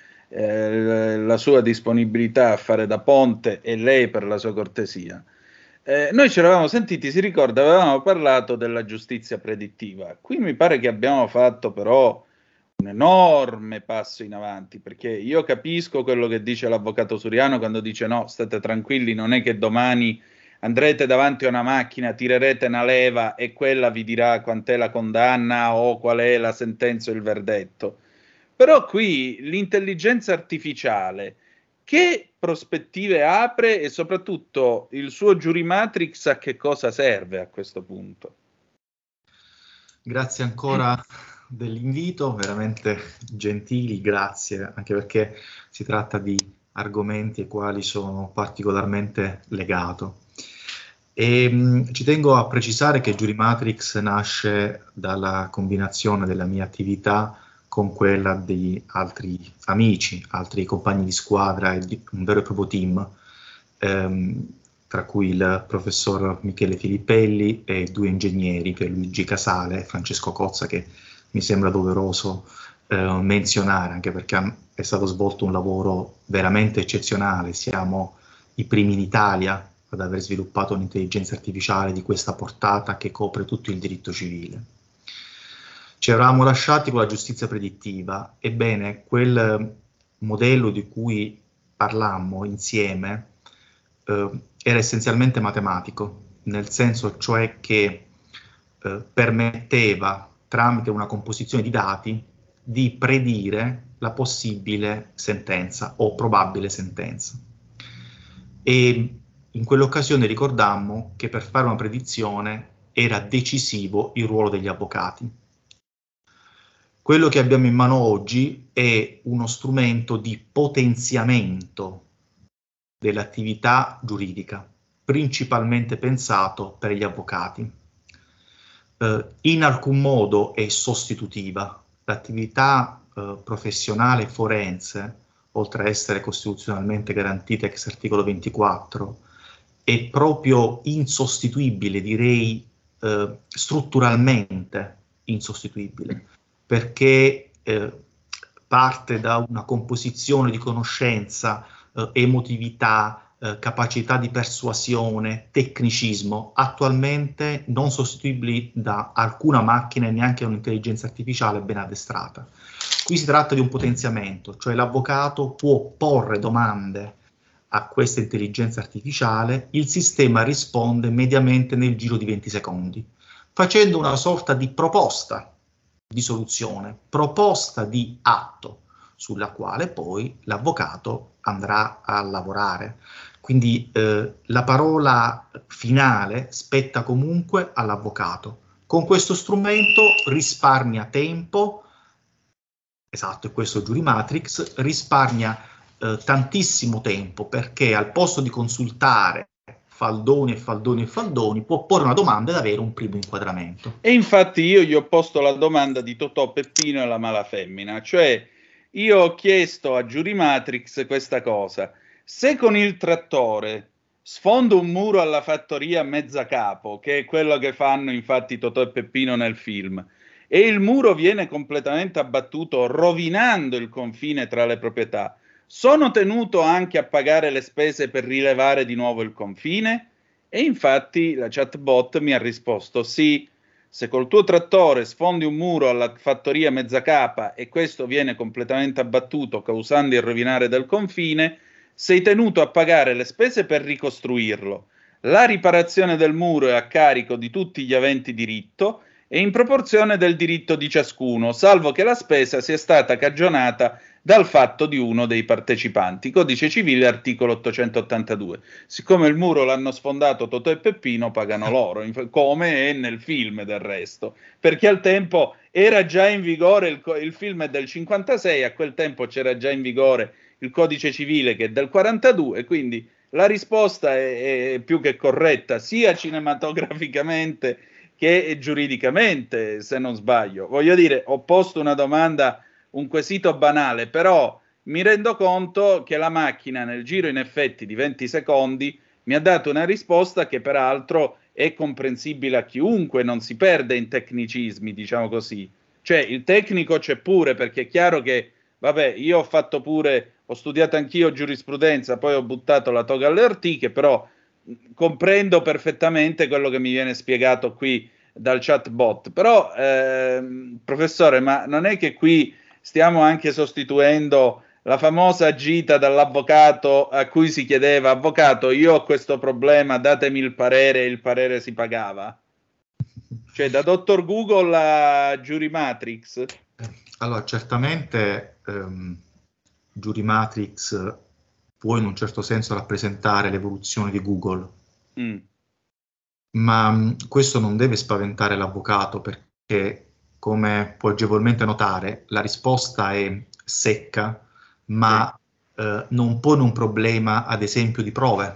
Speaker 3: eh, la sua disponibilità a fare da ponte e lei per la sua cortesia. Eh, noi ci eravamo sentiti, si ricorda, avevamo parlato della giustizia predittiva. Qui mi pare che abbiamo fatto però un enorme passo in avanti, perché io capisco quello che dice l'avvocato Suriano quando dice no, state tranquilli, non è che domani andrete davanti a una macchina, tirerete una leva e quella vi dirà quant'è la condanna o qual è la sentenza o il verdetto. Però qui l'intelligenza artificiale, che prospettive apre e soprattutto il suo Jurimatrix a che cosa serve a questo punto?
Speaker 7: Grazie ancora dell'invito, veramente gentili, grazie, anche perché si tratta di argomenti ai quali sono particolarmente legato. E, mh, ci tengo a precisare che Jurimatrix nasce dalla combinazione della mia attività con quella di altri amici, altri compagni di squadra, e di un vero e proprio team, ehm, tra cui il professor Michele Filippelli e due ingegneri, Pierluigi Casale e Francesco Cozza, che mi sembra doveroso eh, menzionare, anche perché è stato svolto un lavoro veramente eccezionale. Siamo i primi in Italia ad aver sviluppato un'intelligenza artificiale di questa portata che copre tutto il diritto civile. Ci eravamo lasciati con la giustizia predittiva. Ebbene, quel modello di cui parlammo insieme eh, era essenzialmente matematico, nel senso cioè che eh, permetteva, tramite una composizione di dati, di predire la possibile sentenza o probabile sentenza. E in quell'occasione ricordammo che per fare una predizione era decisivo il ruolo degli avvocati. Quello che abbiamo in mano oggi è uno strumento di potenziamento dell'attività giuridica, principalmente pensato per gli avvocati. Eh, in alcun modo è sostitutiva. L'attività eh, professionale forense, oltre a essere costituzionalmente garantita ex articolo ventiquattro, è proprio insostituibile, direi eh, strutturalmente insostituibile, perché eh, parte da una composizione di conoscenza, eh, emotività, eh, capacità di persuasione, tecnicismo, attualmente non sostituibili da alcuna macchina e neanche un'intelligenza artificiale ben addestrata. Qui si tratta di un potenziamento, cioè l'avvocato può porre domande a questa intelligenza artificiale, il sistema risponde mediamente nel giro di venti secondi, facendo una sorta di proposta di soluzione, proposta di atto, sulla quale poi l'avvocato andrà a lavorare. Quindi eh, la parola finale spetta comunque all'avvocato. Con questo strumento risparmia tempo, esatto, è questo Jurimatrix, risparmia eh, tantissimo tempo, perché al posto di consultare faldoni e faldoni e faldoni, può porre una domanda ed avere un primo inquadramento.
Speaker 3: E infatti io gli ho posto la domanda di Totò, Peppino e la mala femmina, cioè io ho chiesto a Giurimatrix questa cosa: se con il trattore sfondo un muro alla fattoria Mezzacapo, che è quello che fanno infatti Totò e Peppino nel film, e il muro viene completamente abbattuto rovinando il confine tra le proprietà, sono tenuto anche a pagare le spese per rilevare di nuovo il confine? E infatti la chatbot mi ha risposto sì. Se col tuo trattore sfondi un muro alla fattoria Mezzacapa e questo viene completamente abbattuto causando il rovinare del confine, sei tenuto a pagare le spese per ricostruirlo. La riparazione del muro è a carico di tutti gli aventi diritto e in proporzione del diritto di ciascuno, salvo che la spesa sia stata cagionata dal fatto di uno dei partecipanti. Codice civile, articolo ottocentottantadue. Siccome il muro l'hanno sfondato Totò e Peppino, pagano loro, come è nel film del resto, perché al tempo era già in vigore, il, il film è del cinquantasei, a quel tempo c'era già in vigore il codice civile che è del quarantadue, quindi la risposta è, è più che corretta, sia cinematograficamente che giuridicamente, se non sbaglio. Voglio dire, ho posto una domanda, un quesito banale, però mi rendo conto che la macchina nel giro in effetti di venti secondi mi ha dato una risposta che peraltro è comprensibile a chiunque, non si perde in tecnicismi, diciamo così. Cioè il tecnico c'è pure, perché è chiaro che, vabbè, io ho fatto pure, ho studiato anch'io giurisprudenza, poi ho buttato la toga alle ortiche, però comprendo perfettamente quello che mi viene spiegato qui dal chatbot. Però, eh, professore, ma non è che qui stiamo anche sostituendo la famosa gita dall'avvocato a cui si chiedeva: avvocato, io ho questo problema, datemi il parere, e il parere si pagava? Cioè, da dottor Google a Giurimatrix?
Speaker 7: Allora, certamente ehm, Giurimatrix può in un certo senso rappresentare l'evoluzione di Google, mm. ma mh, questo non deve spaventare l'avvocato, perché, come può agevolmente notare, la risposta è secca, ma sì. eh, non pone un problema, ad esempio, di prove.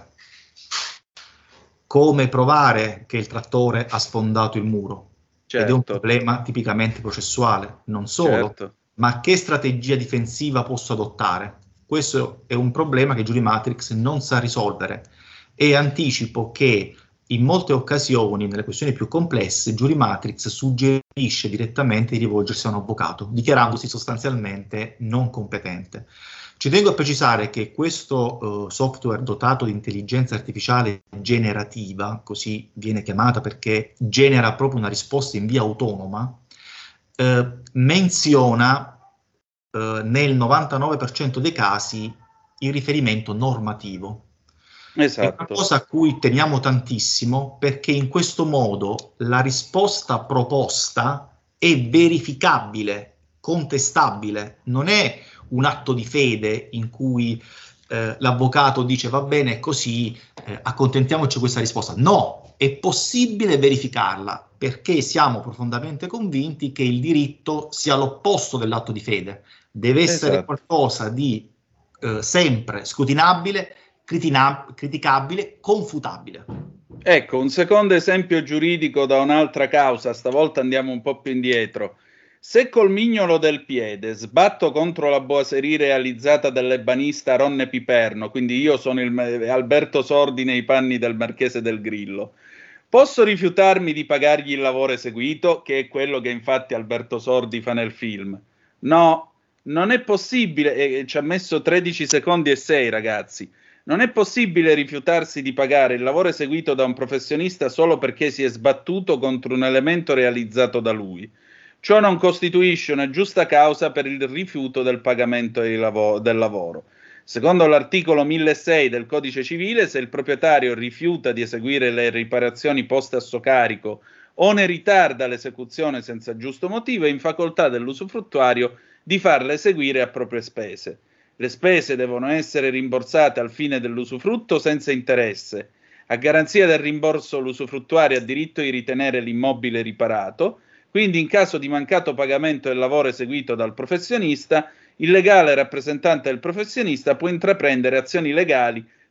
Speaker 7: Come provare che il trattore ha sfondato il muro? Certo. Ed è un problema tipicamente processuale. Non solo, certo. ma che strategia difensiva posso adottare? Questo è un problema che Giurimatrix non sa risolvere, e anticipo che in molte occasioni, nelle questioni più complesse, Giurimatrix suggerisce direttamente di rivolgersi a un avvocato, dichiarandosi sostanzialmente non competente. Ci tengo a precisare che questo uh, software dotato di intelligenza artificiale generativa, così viene chiamata perché genera proprio una risposta in via autonoma, uh, menziona nel novantanove per cento dei casi il riferimento normativo. Esatto. È una cosa a cui teniamo tantissimo, perché in questo modo la risposta proposta è verificabile, contestabile, non è un atto di fede in cui eh, l'avvocato dice va bene così, eh, accontentiamoci di questa risposta. No, è possibile verificarla, perché siamo profondamente convinti che il diritto sia l'opposto dell'atto di fede. Deve essere esatto. qualcosa di eh, sempre scrutinabile, critina- criticabile, confutabile.
Speaker 3: Ecco, un secondo esempio giuridico da un'altra causa, stavolta andiamo un po' più indietro. Se col mignolo del piede sbatto contro la boiserie realizzata dall'ebanista Ronne Piperno, quindi io sono il Alberto Sordi nei panni del Marchese del Grillo, posso rifiutarmi di pagargli il lavoro eseguito, che è quello che infatti Alberto Sordi fa nel film? No. Non è possibile, e ci ha messo tredici secondi e sei, ragazzi, non è possibile rifiutarsi di pagare il lavoro eseguito da un professionista solo perché si è sbattuto contro un elemento realizzato da lui. Ciò non costituisce una giusta causa per il rifiuto del pagamento del lavoro. Secondo l'articolo milleseicento del Codice Civile, se il proprietario rifiuta di eseguire le riparazioni poste a suo carico o ne ritarda l'esecuzione senza giusto motivo, è in facoltà dell'usufruttuario di farle eseguire a proprie spese. Le spese devono essere rimborsate al fine dell'usufrutto senza interesse. A garanzia del rimborso, l'usufruttuario ha diritto di ritenere l'immobile riparato, quindi in caso di mancato pagamento del lavoro eseguito dal professionista, il legale rappresentante del professionista può intraprendere azioni legali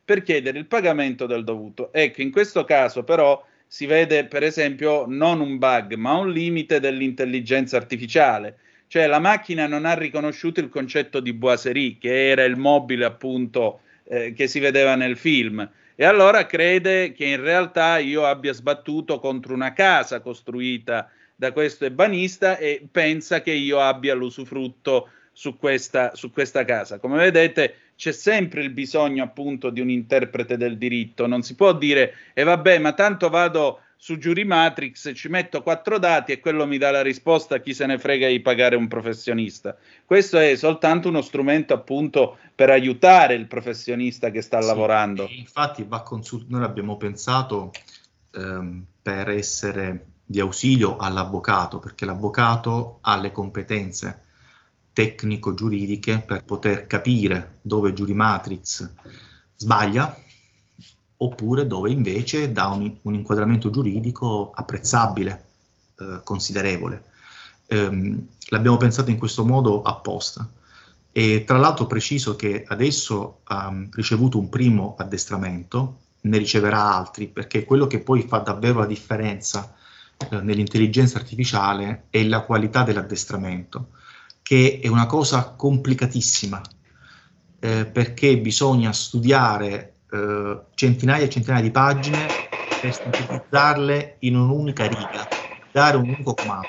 Speaker 3: per chiedere il pagamento del dovuto. Ecco, in questo caso però si vede per esempio non un bug, ma un limite dell'intelligenza artificiale. Cioè la macchina non ha riconosciuto il concetto di boiserie, che era il mobile appunto eh, che si vedeva nel film, e allora crede che in realtà io abbia sbattuto contro una casa costruita da questo ebanista e pensa che io abbia l'usufrutto su questa, su questa casa. Come vedete c'è sempre il bisogno appunto di un interprete del diritto, non si può dire e eh vabbè ma tanto vado su Jurimatrix, ci metto quattro dati e quello mi dà la risposta, chi se ne frega di pagare un professionista. Questo è soltanto uno strumento appunto per aiutare il professionista che sta sì, lavorando.
Speaker 7: Infatti va consult- noi l'abbiamo pensato ehm, per essere di ausilio all'avvocato, perché l'avvocato ha le competenze tecnico-giuridiche per poter capire dove Jurimatrix sbaglia oppure dove invece dà un, un inquadramento giuridico apprezzabile, eh, considerevole. Ehm, l'abbiamo pensato in questo modo apposta. E tra l'altro preciso che adesso ha um, ricevuto un primo addestramento, ne riceverà altri, perché quello che poi fa davvero la differenza eh, nell'intelligenza artificiale è la qualità dell'addestramento, che è una cosa complicatissima, eh, perché bisogna studiare eh, centinaia e centinaia di pagine per sintetizzarle in un'unica riga, dare un unico comando.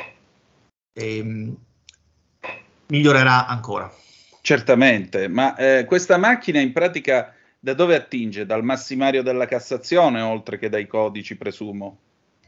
Speaker 7: E, migliorerà ancora.
Speaker 3: Certamente, ma eh, questa macchina in pratica da dove attinge? Dal massimario della Cassazione, oltre che dai codici, presumo?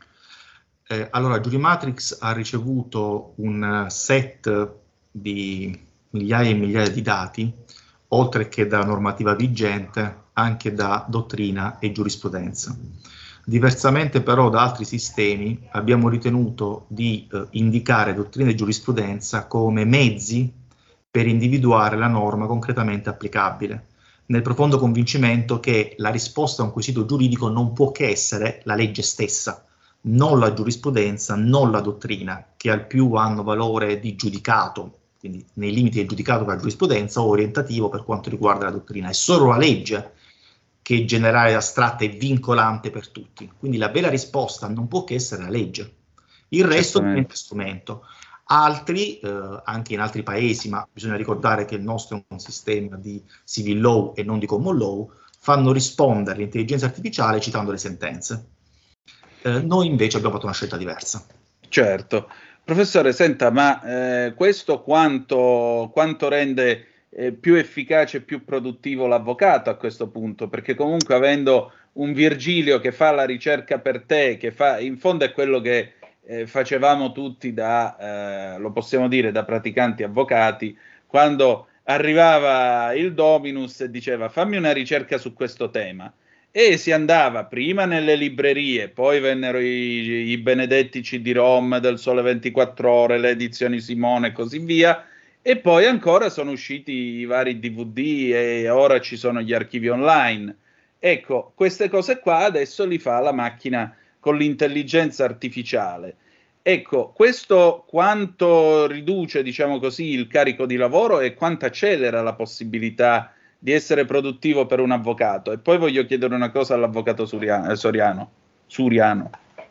Speaker 7: Eh, allora, Jurimatrix ha ricevuto un set di migliaia e migliaia di dati, oltre che dalla normativa vigente, anche da dottrina e giurisprudenza. Diversamente però da altri sistemi abbiamo ritenuto di eh, indicare dottrina e giurisprudenza come mezzi per individuare la norma concretamente applicabile, nel profondo convincimento che la risposta a un quesito giuridico non può che essere la legge stessa, non la giurisprudenza, non la dottrina, che al più hanno valore di giudicato, quindi nei limiti del giudicato per la giurisprudenza, o orientativo per quanto riguarda la dottrina. È solo la legge che generale, astratta e vincolante per tutti. Quindi la vera risposta non può che essere la legge. Il resto diventa strumento. Altri, eh, anche in altri paesi, ma bisogna ricordare che il nostro è un sistema di civil law e non di common law, fanno rispondere l'intelligenza artificiale citando le sentenze. Eh, noi invece abbiamo fatto una scelta diversa.
Speaker 3: Certo. Professore, senta, ma eh, questo quanto, quanto rende eh, più efficace e più produttivo l'avvocato a questo punto? Perché comunque avendo un Virgilio che fa la ricerca per te, che fa, in fondo è quello che eh, facevamo tutti da, eh, lo possiamo dire, da praticanti avvocati, quando arrivava il Dominus e diceva fammi una ricerca su questo tema. E si andava prima nelle librerie, poi vennero i, i benedetti C D-ROM del Sole ventiquattro Ore, le edizioni Simone e così via, e poi ancora sono usciti i vari D V D e ora ci sono gli archivi online. Ecco, queste cose qua adesso li fa la macchina con l'intelligenza artificiale. Ecco, questo quanto riduce, diciamo così, il carico di lavoro e quanto accelera la possibilità di essere produttivo per un avvocato. E poi voglio chiedere una cosa all'avvocato Suriano, eh, Soriano. Suriano.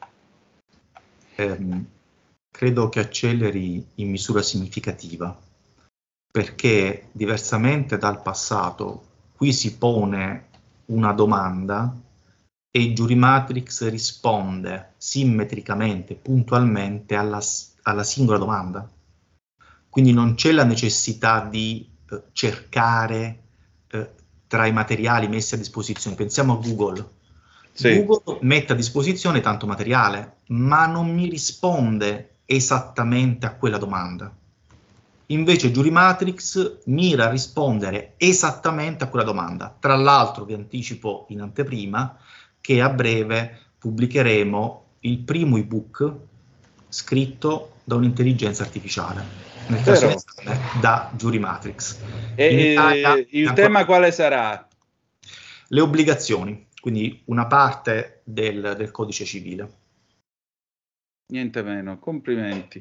Speaker 7: Eh, credo che acceleri in misura significativa, perché diversamente dal passato, qui si pone una domanda e Jurimatrix risponde simmetricamente, puntualmente alla, alla singola domanda. Quindi non c'è la necessità di eh, cercare tra i materiali messi a disposizione. Pensiamo a Google. Sì. Google mette a disposizione tanto materiale, ma non mi risponde esattamente a quella domanda. Invece Jurimatrix mira a rispondere esattamente a quella domanda. Tra l'altro vi anticipo in anteprima che a breve pubblicheremo il primo ebook scritto da un'intelligenza artificiale. Nel caso da Jurimatrix.
Speaker 3: E Italia, il ancora... tema quale sarà?
Speaker 7: Le obbligazioni, quindi una parte del, del codice civile.
Speaker 3: Niente meno, complimenti.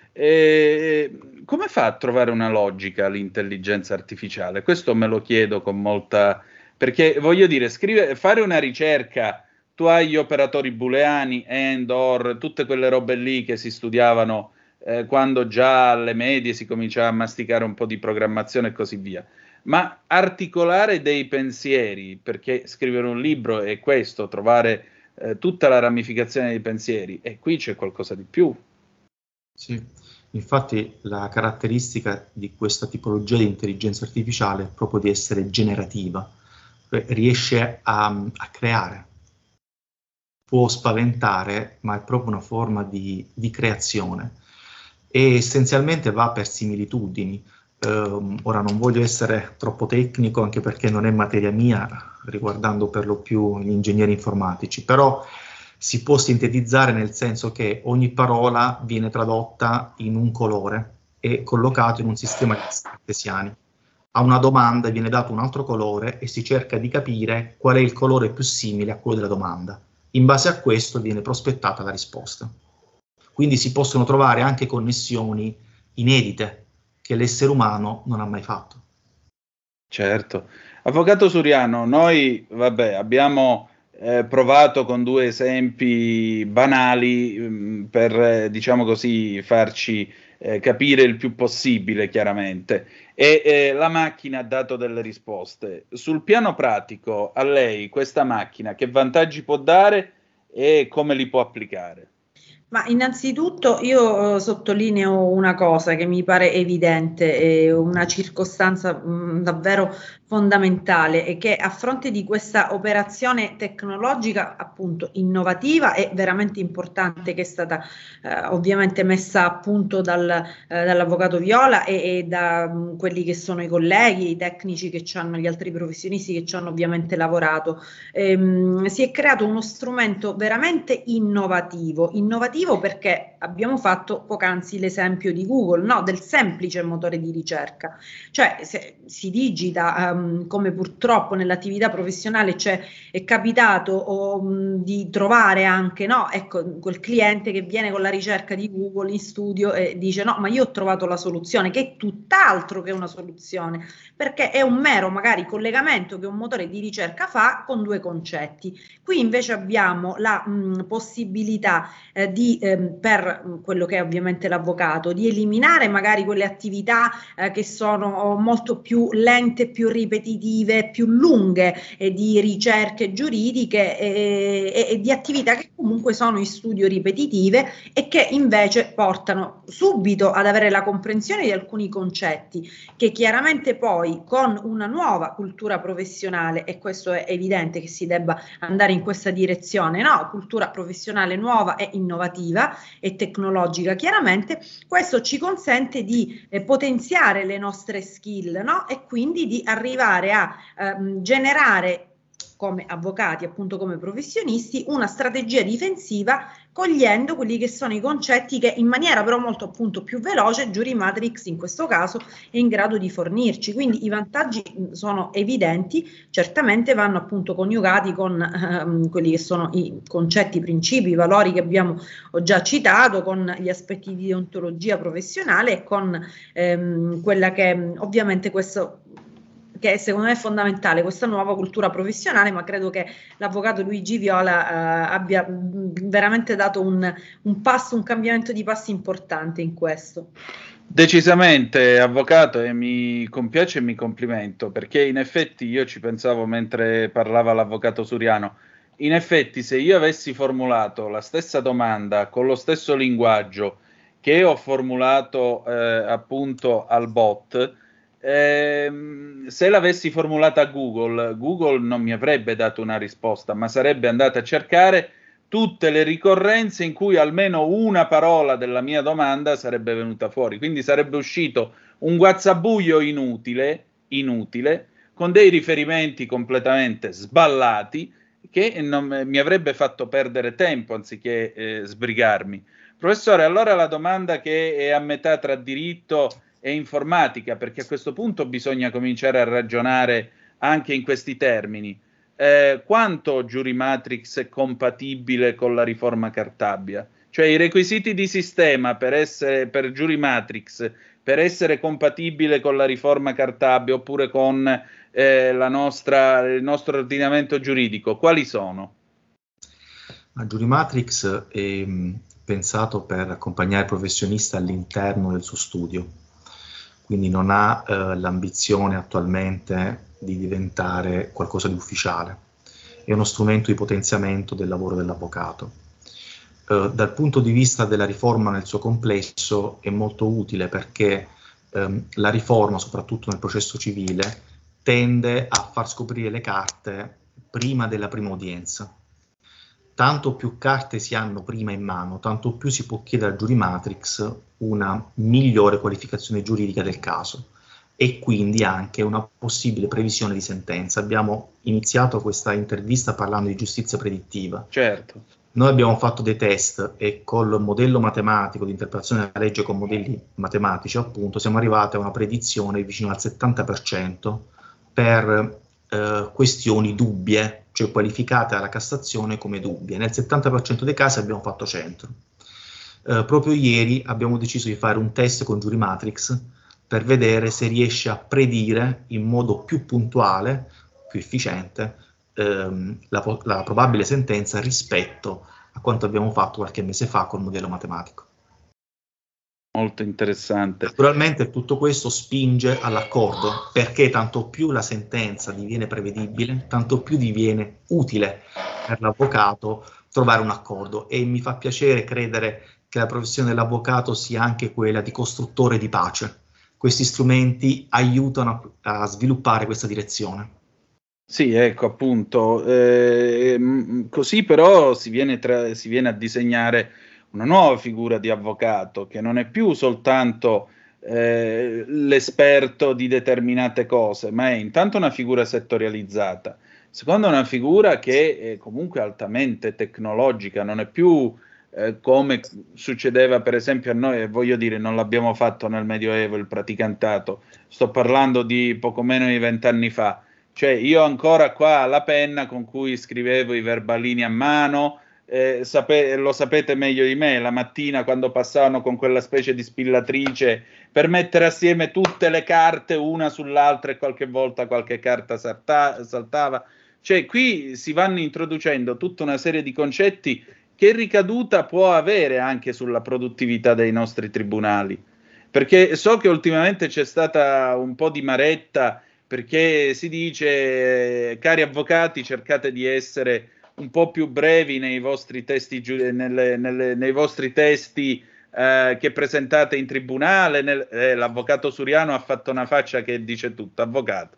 Speaker 3: E come fa a trovare una logica l'intelligenza artificiale? Questo me lo chiedo con molta, perché voglio dire, scrivere, fare una ricerca, tu hai gli operatori booleani, AND, OR, tutte quelle robe lì che si studiavano eh, quando già alle medie si cominciava a masticare un po' di programmazione e così via. Ma articolare dei pensieri, perché scrivere un libro è questo, trovare eh, tutta la ramificazione dei pensieri, e qui c'è qualcosa di più.
Speaker 7: Sì, infatti la caratteristica di questa tipologia di intelligenza artificiale è proprio di essere generativa, riesce a, a creare, può spaventare, ma è proprio una forma di, di creazione e essenzialmente va per similitudini. Uh, ora non voglio essere troppo tecnico, anche perché non è materia mia, riguardando per lo più gli ingegneri informatici, però si può sintetizzare nel senso che ogni parola viene tradotta in un colore e collocato in un sistema di cartesiani. A una domanda viene dato un altro colore e si cerca di capire qual è il colore più simile a quello della domanda. In base a questo viene prospettata la risposta. Quindi si possono trovare anche connessioni inedite che l'essere umano non ha mai fatto.
Speaker 3: Certo. Avvocato Suriano, noi vabbè, abbiamo eh, provato con due esempi banali mh, per, eh, diciamo così, farci eh, capire il più possibile, chiaramente. E eh, la macchina ha dato delle risposte. Sul piano pratico, a lei questa macchina che vantaggi può dare e come li può applicare?
Speaker 6: Ma innanzitutto io eh, sottolineo una cosa che mi pare evidente, eh, una circostanza mh, davvero fondamentale, è che a fronte di questa operazione tecnologica appunto innovativa e veramente importante, che è stata eh, ovviamente messa a punto dal, eh, dall'avvocato Viola e, e da mh, quelli che sono i colleghi, i tecnici che ci hanno, gli altri professionisti che ci hanno ovviamente lavorato, ehm, si è creato uno strumento veramente innovativo, innovativo perché abbiamo fatto poc'anzi l'esempio di Google, no? Del semplice motore di ricerca, cioè se si digita um, come purtroppo nell'attività professionale c'è, è capitato um, di trovare anche, no? Ecco, quel cliente che viene con la ricerca di Google in studio e dice no, ma io ho trovato la soluzione, che è tutt'altro che una soluzione, perché è un mero magari collegamento che un motore di ricerca fa con due concetti. Qui invece abbiamo la mh, possibilità eh, di ehm, per quello che è ovviamente l'avvocato, di eliminare magari quelle attività eh, che sono molto più lente, più ripetitive, più lunghe eh, di ricerche giuridiche e, e, e di attività che comunque sono in studio ripetitive e che invece portano subito ad avere la comprensione di alcuni concetti che chiaramente poi con una nuova cultura professionale, e questo è evidente che si debba andare in questa direzione, no? Cultura professionale nuova e innovativa e tecnologica, chiaramente questo ci consente di eh, potenziare le nostre skill, no? E quindi di arrivare a ehm, generare come avvocati, appunto come professionisti, una strategia difensiva cogliendo quelli che sono i concetti che in maniera però molto appunto più veloce Jurimatrix in questo caso è in grado di fornirci. Quindi i vantaggi sono evidenti, certamente vanno appunto coniugati con ehm, quelli che sono i concetti, i principi, i valori che abbiamo ho già citato, con gli aspetti di deontologia professionale e con ehm, quella che ovviamente questo che secondo me è fondamentale, questa nuova cultura professionale, ma credo che l'avvocato Luigi Viola eh, abbia veramente dato un, un passo, un cambiamento di passi importante in questo.
Speaker 3: Decisamente, avvocato, e mi compiace e mi complimento, perché in effetti io ci pensavo mentre parlava l'avvocato Suriano. In effetti, se io avessi formulato la stessa domanda con lo stesso linguaggio che ho formulato eh, appunto al bot, ehm, se l'avessi formulata a Google, Google non mi avrebbe dato una risposta, ma sarebbe andata a cercare tutte le ricorrenze in cui almeno una parola della mia domanda sarebbe venuta fuori. Quindi sarebbe uscito un guazzabuglio inutile, inutile, con dei riferimenti completamente sballati, che non, mi avrebbe fatto perdere tempo anziché eh, sbrigarmi. Professore, allora la domanda che è a metà tra diritto e informatica, perché a questo punto bisogna cominciare a ragionare anche in questi termini. Eh, quanto Jurimatrix è compatibile con la riforma Cartabia? Cioè i requisiti di sistema per essere per Jurimatrix, per essere compatibile con la riforma Cartabia oppure con eh, la nostra, il nostro ordinamento giuridico, quali sono?
Speaker 7: La Giurimatrix è mh, pensato per accompagnare il professionista all'interno del suo studio, quindi non ha eh, l'ambizione attualmente di diventare qualcosa di ufficiale, è uno strumento di potenziamento del lavoro dell'avvocato. Eh, dal punto di vista della riforma nel suo complesso è molto utile perché ehm, la riforma, soprattutto nel processo civile, tende a far scoprire le carte prima della prima udienza. Tanto più carte si hanno prima in mano, tanto più si può chiedere al Giurimatrix una migliore qualificazione giuridica del caso e quindi anche una possibile previsione di sentenza. Abbiamo iniziato questa intervista parlando di giustizia predittiva.
Speaker 3: Certo.
Speaker 7: Noi abbiamo fatto dei test e col modello matematico di interpretazione della legge con modelli matematici, appunto, siamo arrivati a una predizione vicino al settanta per cento per eh, questioni dubbie, cioè qualificate alla Cassazione come dubbie. Nel settanta per cento dei casi abbiamo fatto centro. Eh, proprio ieri abbiamo deciso di fare un test con Giurimatrix per vedere se riesce a predire in modo più puntuale, più efficiente, ehm, la, la probabile sentenza rispetto a quanto abbiamo fatto qualche mese fa col modello matematico.
Speaker 3: Molto interessante.
Speaker 7: Naturalmente tutto questo spinge all'accordo, perché tanto più la sentenza diviene prevedibile, tanto più diviene utile per l'avvocato trovare un accordo, e mi fa piacere credere che la professione dell'avvocato sia anche quella di costruttore di pace. Questi strumenti aiutano a, a sviluppare questa direzione.
Speaker 3: Sì, ecco, appunto, eh, così però si viene, tra, si viene a disegnare una nuova figura di avvocato, che non è più soltanto eh, l'esperto di determinate cose, ma è intanto una figura settorializzata, secondo una figura che è comunque altamente tecnologica, non è più eh, come succedeva per esempio a noi, e voglio dire, non l'abbiamo fatto nel Medioevo il praticantato, sto parlando di poco meno di vent'anni fa. Cioè io ancora qua la penna con cui scrivevo i verbalini a mano, eh, sape- lo sapete meglio di me, la mattina quando passavano con quella specie di spillatrice per mettere assieme tutte le carte una sull'altra e qualche volta qualche carta salta- saltava. Cioè qui si vanno introducendo tutta una serie di concetti che ricaduta può avere anche sulla produttività dei nostri tribunali. Perché so che ultimamente c'è stata un po' di maretta, perché si dice, cari avvocati, cercate di essere un po' più brevi nei vostri testi, nelle, nelle, nei vostri testi eh, che presentate in tribunale. Nel, eh, l'avvocato Suriano ha fatto una faccia che dice tutto. Avvocato,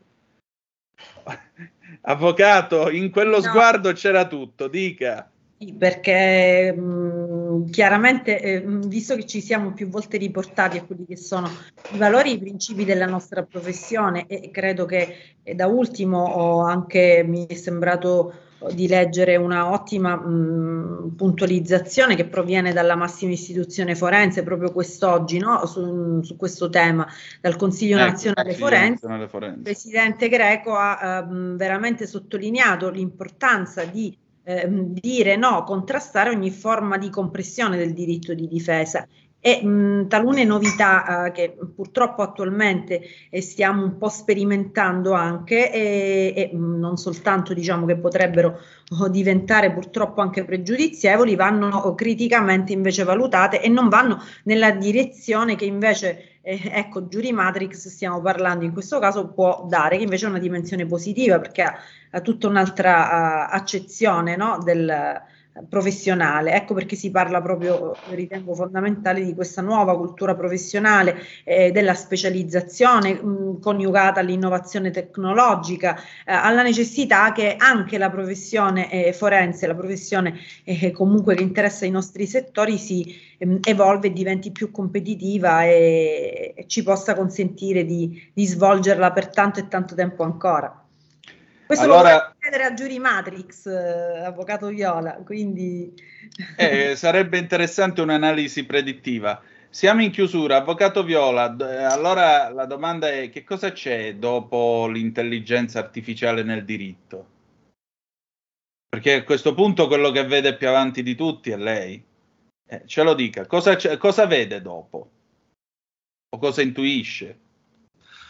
Speaker 3: avvocato, in quello no. sguardo c'era tutto, dica.
Speaker 6: Perché mh, chiaramente, eh, visto che ci siamo più volte riportati a quelli che sono i valori e i principi della nostra professione, e credo che eh, da ultimo ho anche, mi è sembrato di leggere una ottima mh, puntualizzazione che proviene dalla massima istituzione forense proprio quest'oggi, no? su, su questo tema, dal Consiglio ecco, Nazionale Forense. Forense. Il Presidente Greco ha uh, veramente sottolineato l'importanza di Eh, dire no, contrastare ogni forma di compressione del diritto di difesa e mh, talune novità eh, che purtroppo attualmente eh, stiamo un po' sperimentando anche e, e mh, non soltanto diciamo che potrebbero oh, diventare purtroppo anche pregiudizievoli, vanno oh, criticamente invece valutate e non vanno nella direzione che invece eh, ecco Giurimatrix stiamo parlando in questo caso può dare, che invece è una dimensione positiva perché ha, ha tutta un'altra uh, accezione no, del professionale. Ecco perché si parla proprio, ritengo fondamentale, di questa nuova cultura professionale, eh, della specializzazione mh, coniugata all'innovazione tecnologica, eh, alla necessità che anche la professione eh, forense, la professione eh, comunque che interessa i nostri settori si ehm, evolve e diventi più competitiva e, e ci possa consentire di, di svolgerla per tanto e tanto tempo ancora. Questo allora, lo vorrei chiedere a Giurimatrix, eh, avvocato Viola, quindi...
Speaker 3: Eh, sarebbe interessante un'analisi predittiva. Siamo in chiusura, avvocato Viola, allora la domanda è: che cosa c'è dopo l'intelligenza artificiale nel diritto? Perché a questo punto quello che vede più avanti di tutti è lei. Eh, ce lo dica, cosa, cosa vede dopo? O cosa intuisce?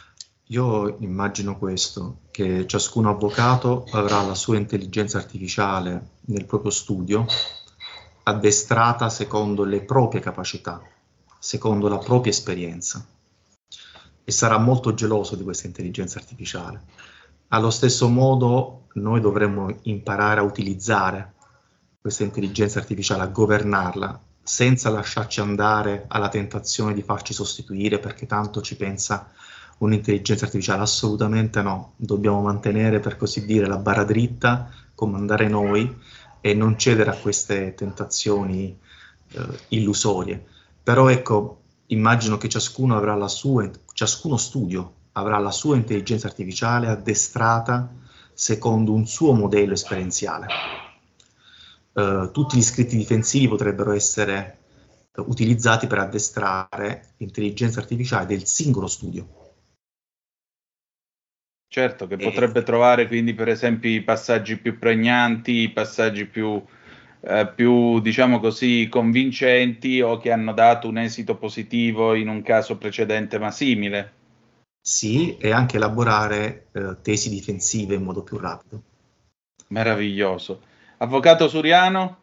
Speaker 7: Io immagino questo, che ciascun avvocato avrà la sua intelligenza artificiale nel proprio studio, addestrata secondo le proprie capacità, secondo la propria esperienza, e sarà molto geloso di questa intelligenza artificiale. Allo stesso modo noi dovremmo imparare a utilizzare questa intelligenza artificiale, a governarla, senza lasciarci andare alla tentazione di farci sostituire perché tanto ci pensa un'intelligenza artificiale. Assolutamente no, dobbiamo mantenere, per così dire, la barra dritta, comandare noi e non cedere a queste tentazioni eh, illusorie. Però ecco, immagino che ciascuno avrà la sua, ciascuno studio avrà la sua intelligenza artificiale addestrata secondo un suo modello esperienziale. Uh, tutti gli scritti difensivi potrebbero essere uh, utilizzati per addestrare l'intelligenza artificiale del singolo studio.
Speaker 3: Certo, che potrebbe trovare quindi per esempio i passaggi più pregnanti, i passaggi più, eh, più diciamo così convincenti, o che hanno dato un esito positivo in un caso precedente ma simile.
Speaker 7: Sì, e anche elaborare eh, tesi difensive in modo più rapido.
Speaker 3: Meraviglioso. Avvocato Suriano?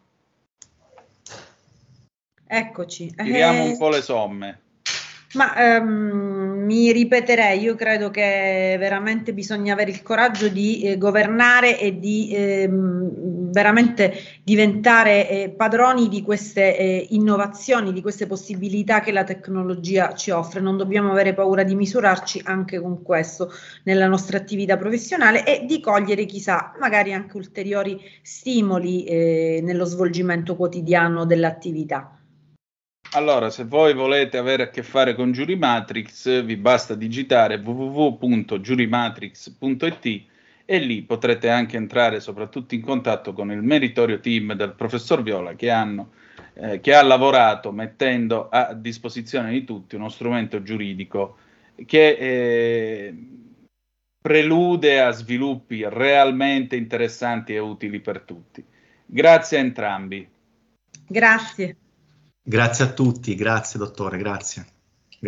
Speaker 6: Eccoci.
Speaker 3: Tiriamo
Speaker 6: Eh...
Speaker 3: un po' le somme.
Speaker 6: Ma ehm, mi ripeterei, io credo che veramente bisogna avere il coraggio di eh, governare e di ehm, veramente diventare eh, padroni di queste eh, innovazioni, di queste possibilità che la tecnologia ci offre. Non dobbiamo avere paura di misurarci anche con questo nella nostra attività professionale e di cogliere, chissà, magari anche ulteriori stimoli eh, nello svolgimento quotidiano dell'attività.
Speaker 3: Allora, se voi volete avere a che fare con Jurimatrix, vi basta digitare w w w punto jurimatrix punto i t e lì potrete anche entrare soprattutto in contatto con il meritorio team del professor Viola che, hanno, eh, che ha lavorato mettendo a disposizione di tutti uno strumento giuridico che eh, prelude a sviluppi realmente interessanti e utili per tutti. Grazie a entrambi.
Speaker 6: Grazie.
Speaker 7: Grazie a tutti, grazie dottore, grazie. Gra-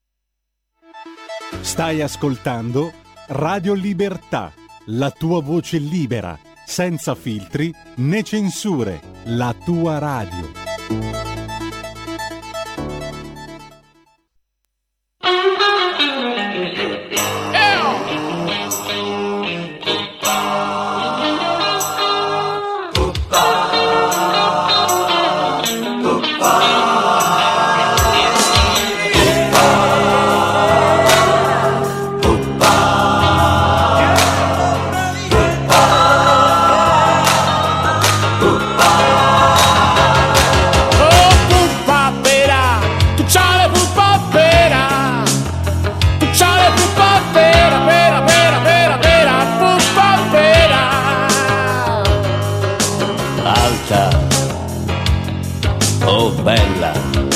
Speaker 1: Stai ascoltando Radio Libertà, la tua voce libera, senza filtri né censure, la tua radio.
Speaker 8: Bella,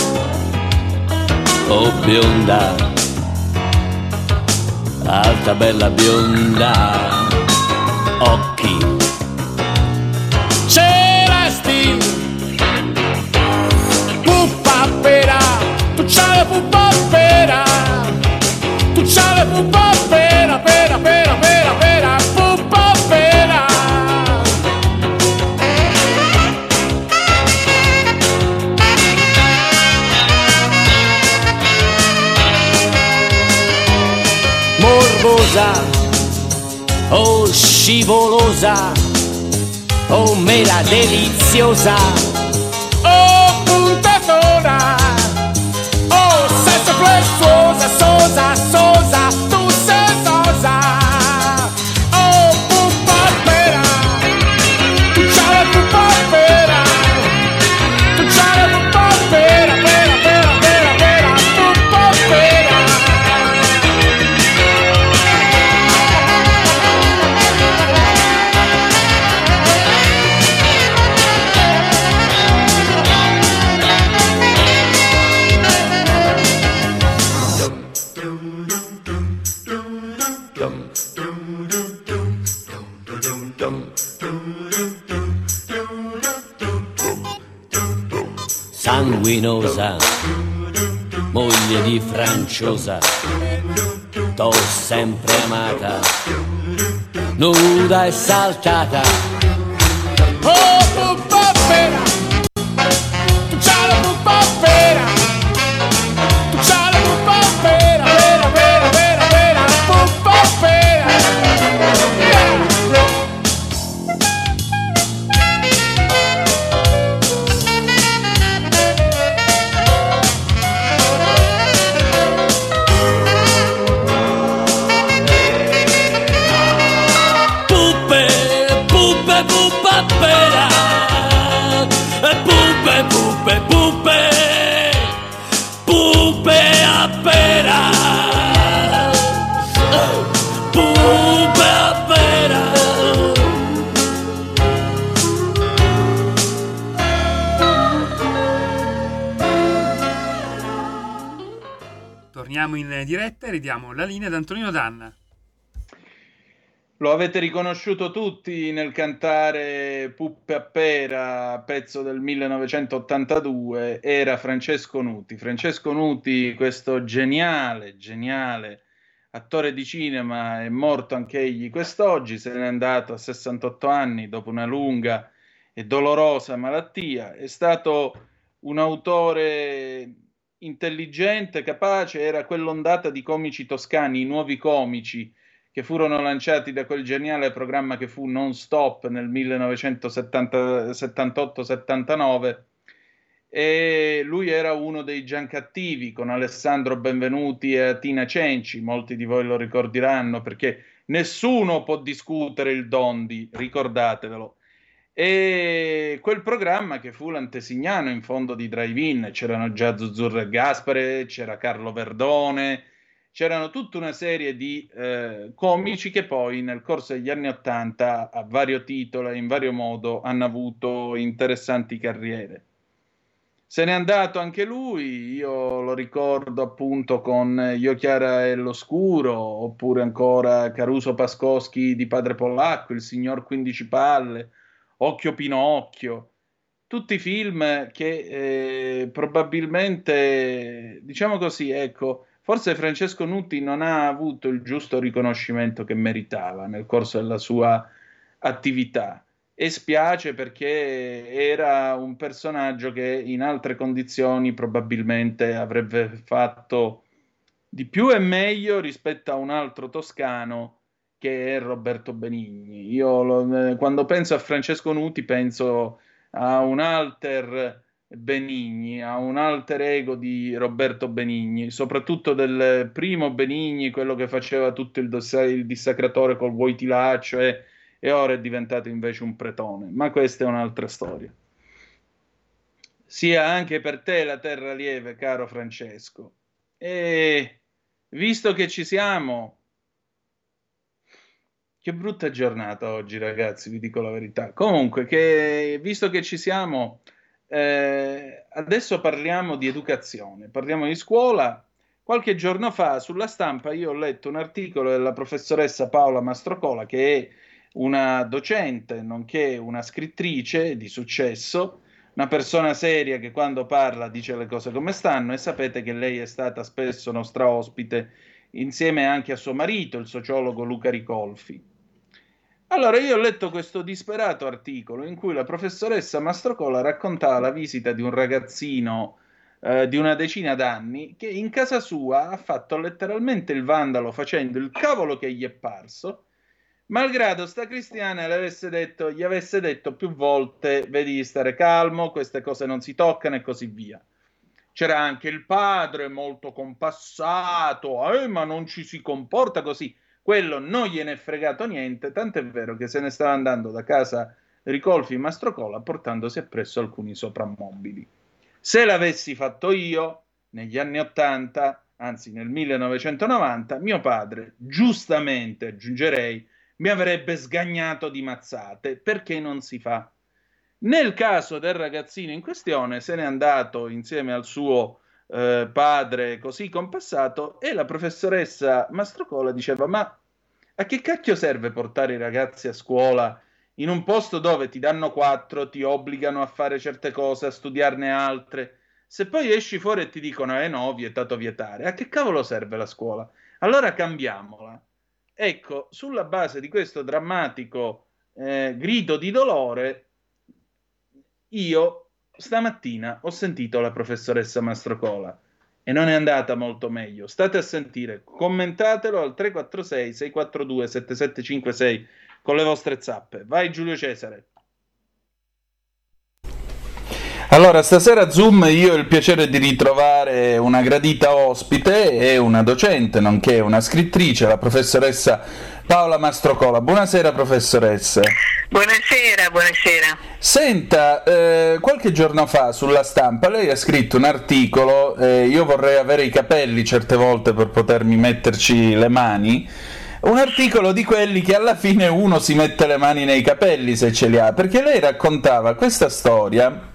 Speaker 8: oh bionda, alta bella bionda, occhi celesti, puppa pera, tu c'hai la puppa pera, tu c'hai la puppa pera, pera, pera, pera, pera, puppa pera. Morbosa, oh scivolosa, oh mela deliziosa, oh puntatona, oh sesso flessuosa, sosa, sosa, tu sei sosa, oh puppa pera, tu c'hai la puppa pera, tu c'hai la puppa pera, pera, pera, pera, pera, puppa pera. Sanguinosa, moglie di Franciosa,
Speaker 9: t'ho sempre amata, nuda e saltata.
Speaker 8: Oh, pupapera, tu c'hai la pupapera, tu c'hai la pupapera, vera, vera, vera, vera, pupapera.
Speaker 9: Pupapera, pupe, pupe, pupe, pupe a pera, pupe a pera.
Speaker 2: Torniamo in diretta e ridiamo la linea ad Antonino Danna.
Speaker 3: Lo avete riconosciuto tutti nel cantare Puppe a Pera, pezzo del millenovecentottantadue, era Francesco Nuti. Francesco Nuti, questo geniale, geniale attore di cinema, è morto anche egli quest'oggi, se n'è andato a sessantotto anni dopo una lunga e dolorosa malattia. È stato un autore intelligente, capace, era quell'ondata di comici toscani, i nuovi comici, che furono lanciati da quel geniale programma che fu Non Stop nel millenovecentosettantotto settantanove, e lui era uno dei Giancattivi con Alessandro Benvenuti e Atina Cenci. Molti di voi lo ricorderanno perché nessuno può discutere il Dondi, ricordatevelo. E quel programma che fu l'antesignano in fondo di Drive-In, c'erano già Zuzzurro e Gaspare, c'era Carlo Verdone, c'erano tutta una serie di eh, comici che poi nel corso degli anni Ottanta a vario titolo e in vario modo hanno avuto interessanti carriere. Se n'è andato anche lui, io lo ricordo appunto con Io Chiara e l'Oscuro, oppure ancora Caruso Pascoschi di Padre Pollacco, Il Signor Quindici Palle, Occhio Pinocchio, tutti film che eh, probabilmente, diciamo così, ecco, forse Francesco Nuti non ha avuto il giusto riconoscimento che meritava nel corso della sua attività, e spiace perché era un personaggio che in altre condizioni probabilmente avrebbe fatto di più e meglio rispetto a un altro toscano che è Roberto Benigni. Io lo, quando penso a Francesco Nuti penso a un alter Benigni, a un alter ego di Roberto Benigni, soprattutto del primo Benigni, quello che faceva tutto il, doss- il dissacratore col vuoitilaccio e, e ora è diventato invece un pretone, ma questa è un'altra storia. Sia anche per te la terra lieve, caro Francesco. E visto che ci siamo, che brutta giornata oggi, ragazzi, vi dico la verità. Comunque, che, visto che ci siamo, eh, adesso parliamo di educazione, parliamo di scuola. Qualche giorno fa sulla Stampa io ho letto un articolo della professoressa Paola Mastrocola, che è una docente, nonché una scrittrice di successo, una persona seria che quando parla dice le cose come stanno, e sapete che lei è stata spesso nostra ospite insieme anche a suo marito, il sociologo Luca Ricolfi. Allora io ho letto questo disperato articolo in cui la professoressa Mastrocola raccontava la visita di un ragazzino eh, di una decina d'anni che in casa sua ha fatto letteralmente il vandalo facendo il cavolo che gli è parso, malgrado sta cristiana le avesse detto, gli avesse detto più volte: vedi stare calmo, queste cose non si toccano e così via. C'era anche il padre molto compassato, eh, ma non ci si comporta così. Quello non gliene è fregato niente, tant'è vero che se ne stava andando da casa Ricolfi Mastrocola portandosi appresso alcuni soprammobili. Se l'avessi fatto io, negli anni Ottanta, anzi nel millenovecentonovanta, mio padre, giustamente aggiungerei, mi avrebbe sgagnato di mazzate, perché non si fa. Nel caso del ragazzino in questione se n'è andato insieme al suo eh, padre così compassato, e la professoressa Mastrocola diceva: ma a che cacchio serve portare i ragazzi a scuola in un posto dove ti danno quattro, ti obbligano a fare certe cose, a studiarne altre, se poi esci fuori e ti dicono eh no, vietato vietare, a che cavolo serve la scuola? Allora cambiamola. Ecco, sulla base di questo drammatico eh, grido di dolore, io stamattina ho sentito la professoressa Mastrocola e non è andata molto meglio. State a sentire, commentatelo al tre quattro sei sei quattro due sette sette cinque sei con le vostre zappe. Vai Giulio Cesare.
Speaker 10: Allora, stasera Zoom io ho il piacere di ritrovare una gradita ospite e una docente, nonché una scrittrice, la professoressa Paola Mastrocola. Buonasera professoressa.
Speaker 11: Buonasera, buonasera.
Speaker 10: Senta, eh, qualche giorno fa sulla Stampa lei ha scritto un articolo, eh, io vorrei avere i capelli certe volte per potermi metterci le mani, un articolo di quelli che alla fine uno si mette le mani nei capelli se ce li ha, perché lei raccontava questa storia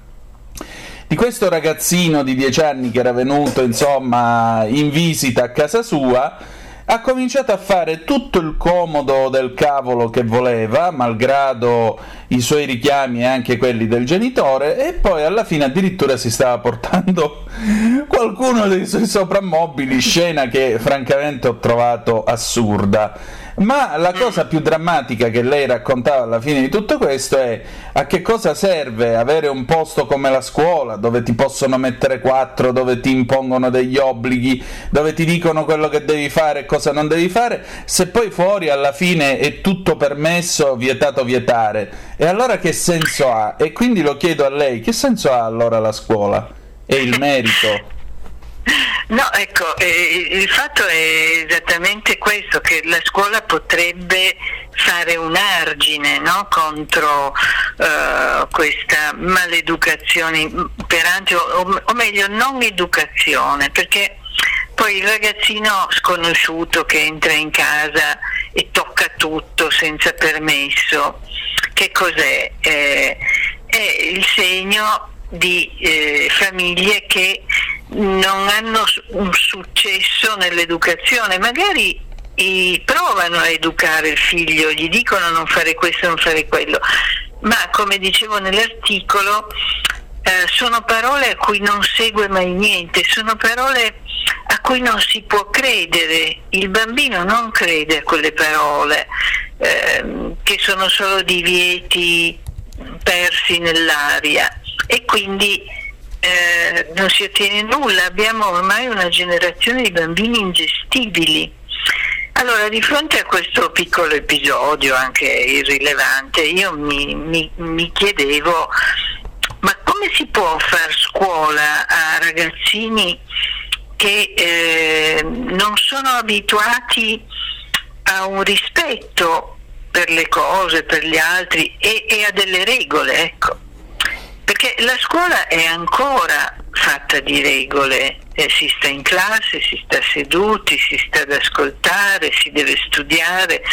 Speaker 10: di questo ragazzino di dieci anni che era venuto, insomma, in visita a casa sua, ha cominciato a fare tutto il comodo del cavolo che voleva, malgrado i suoi richiami e anche quelli del genitore, e poi alla fine addirittura si stava portando qualcuno dei suoi soprammobili, scena che francamente ho trovato assurda. Ma la cosa più drammatica che lei raccontava alla fine di tutto questo è: a che cosa serve avere un posto come la scuola, dove ti possono mettere quattro, dove ti impongono degli obblighi, dove ti dicono quello che devi fare e cosa non devi fare, se poi fuori alla fine è tutto permesso, vietato vietare? E allora che senso ha? E quindi lo chiedo a lei, che senso ha allora la scuola e il merito?
Speaker 11: No, ecco, eh, il fatto è esattamente questo, che la scuola potrebbe fare un argine, no, contro uh, questa maleducazione imperante, o, o meglio non educazione, perché poi il ragazzino sconosciuto che entra in casa e tocca tutto senza permesso, che cos'è? Eh, è il segno di eh, famiglie che non hanno un successo nell'educazione, magari i provano a educare il figlio, gli dicono non fare questo, non fare quello, ma come dicevo nell'articolo eh, sono parole a cui non segue mai niente, sono parole a cui non si può credere, il bambino non crede a quelle parole eh, che sono solo divieti persi nell'aria, e quindi Eh, non si ottiene nulla. Abbiamo ormai una generazione di bambini ingestibili. Allora, di fronte a questo piccolo episodio, anche irrilevante, io mi, mi, mi chiedevo: ma come si può far scuola a ragazzini che eh, non sono abituati a un rispetto per le cose, per gli altri e, e a delle regole, ecco? Perché la scuola è ancora fatta di regole, eh, si sta in classe, si sta seduti, si sta ad ascoltare, si deve studiare.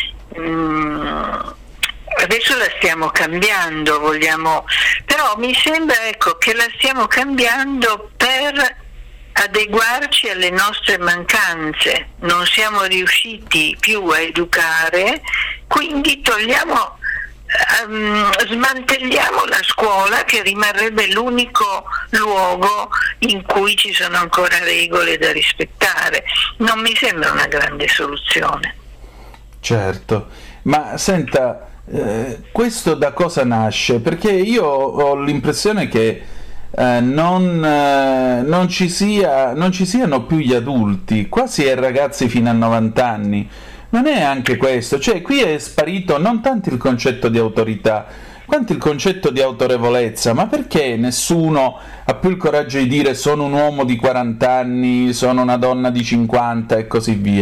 Speaker 11: Mm, adesso la stiamo cambiando, vogliamo, però mi sembra, ecco, che la stiamo cambiando per adeguarci alle nostre mancanze. Non siamo riusciti più a educare, quindi togliamo Um, smantelliamo la scuola, che rimarrebbe l'unico luogo in cui ci sono ancora regole da rispettare. Non mi sembra una grande soluzione.
Speaker 10: Certo, ma senta, eh, questo da cosa nasce? Perché io ho l'impressione che eh, non, eh, non ci sia, non ci siano più gli adulti, quasi ai ragazzi fino a novanta anni. Non è anche questo, cioè qui è sparito non tanto il concetto di autorità quanto il concetto di autorevolezza. Ma perché nessuno ha più il coraggio di dire sono un uomo di quaranta anni, sono una donna di cinquanta e così via?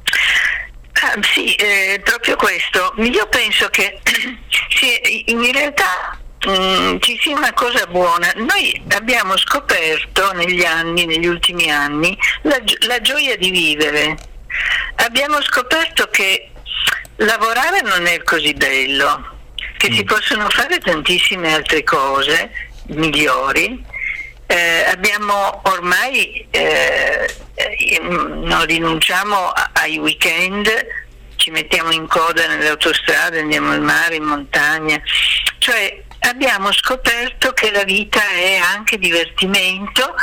Speaker 11: Ah, sì, eh, proprio questo. Io penso che sì, in realtà mh, ci sia una cosa buona. Noi abbiamo scoperto negli anni, negli ultimi anni, la, la gioia di vivere. Abbiamo scoperto che lavorare non è così bello, che si possono fare tantissime altre cose migliori. Eh, abbiamo ormai eh, non rinunciamo ai weekend, ci mettiamo in coda nelle autostrade, andiamo al mare, in montagna, cioè abbiamo scoperto che la vita è anche divertimento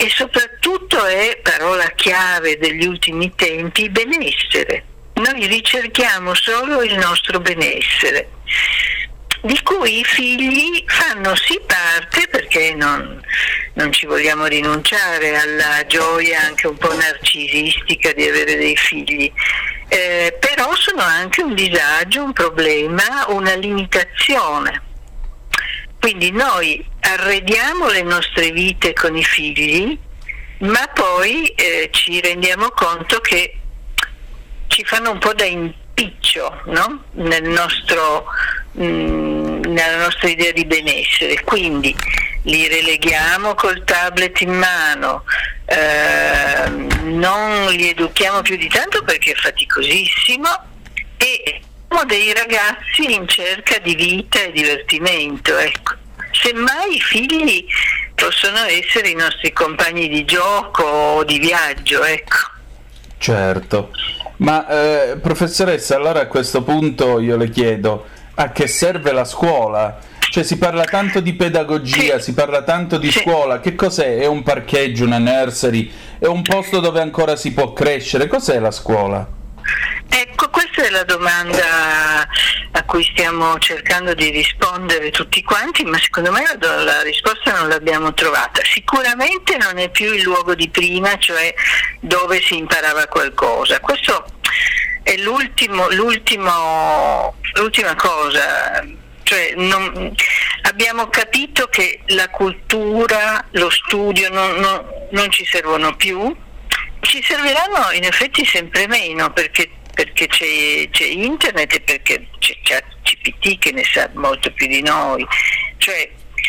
Speaker 11: e soprattutto è parola chiave degli ultimi tempi benessere. Noi ricerchiamo solo il nostro benessere, di cui i figli fanno sì parte, perché non, non ci vogliamo rinunciare alla gioia anche un po' narcisistica di avere dei figli, eh, però sono anche un disagio, un problema, una limitazione. Quindi noi arrediamo le nostre vite con i figli, ma poi eh, ci rendiamo conto che ci fanno un po' da impiccio, no? Nel nostro, mh, nella nostra idea di benessere. Quindi li releghiamo col tablet in mano, eh, non li educhiamo più di tanto perché è faticosissimo, e siamo dei ragazzi in cerca di vita e divertimento, ecco. Semmai i figli possono essere i nostri compagni di gioco o di viaggio, ecco.
Speaker 10: Certo. Ma eh, professoressa, allora a questo punto io le chiedo, a che serve la scuola? Cioè si parla tanto di pedagogia, sì. si parla tanto di sì. scuola, che cos'è? È un parcheggio, una nursery? È un posto dove ancora si può crescere? Cos'è la scuola?
Speaker 11: Ecco, questa è la domanda a cui stiamo cercando di rispondere tutti quanti, ma secondo me la, la risposta non l'abbiamo trovata. Sicuramente non è più il luogo di prima, cioè dove si imparava qualcosa. Questo è l'ultimo, l'ultimo, l'ultima cosa. Cioè non, abbiamo capito che la cultura, lo studio non, non, non ci servono più. Ci serviranno in effetti sempre meno, perché, perché c'è, c'è internet e perché c'è ChatGPT che ne sa molto più di noi. Cioè,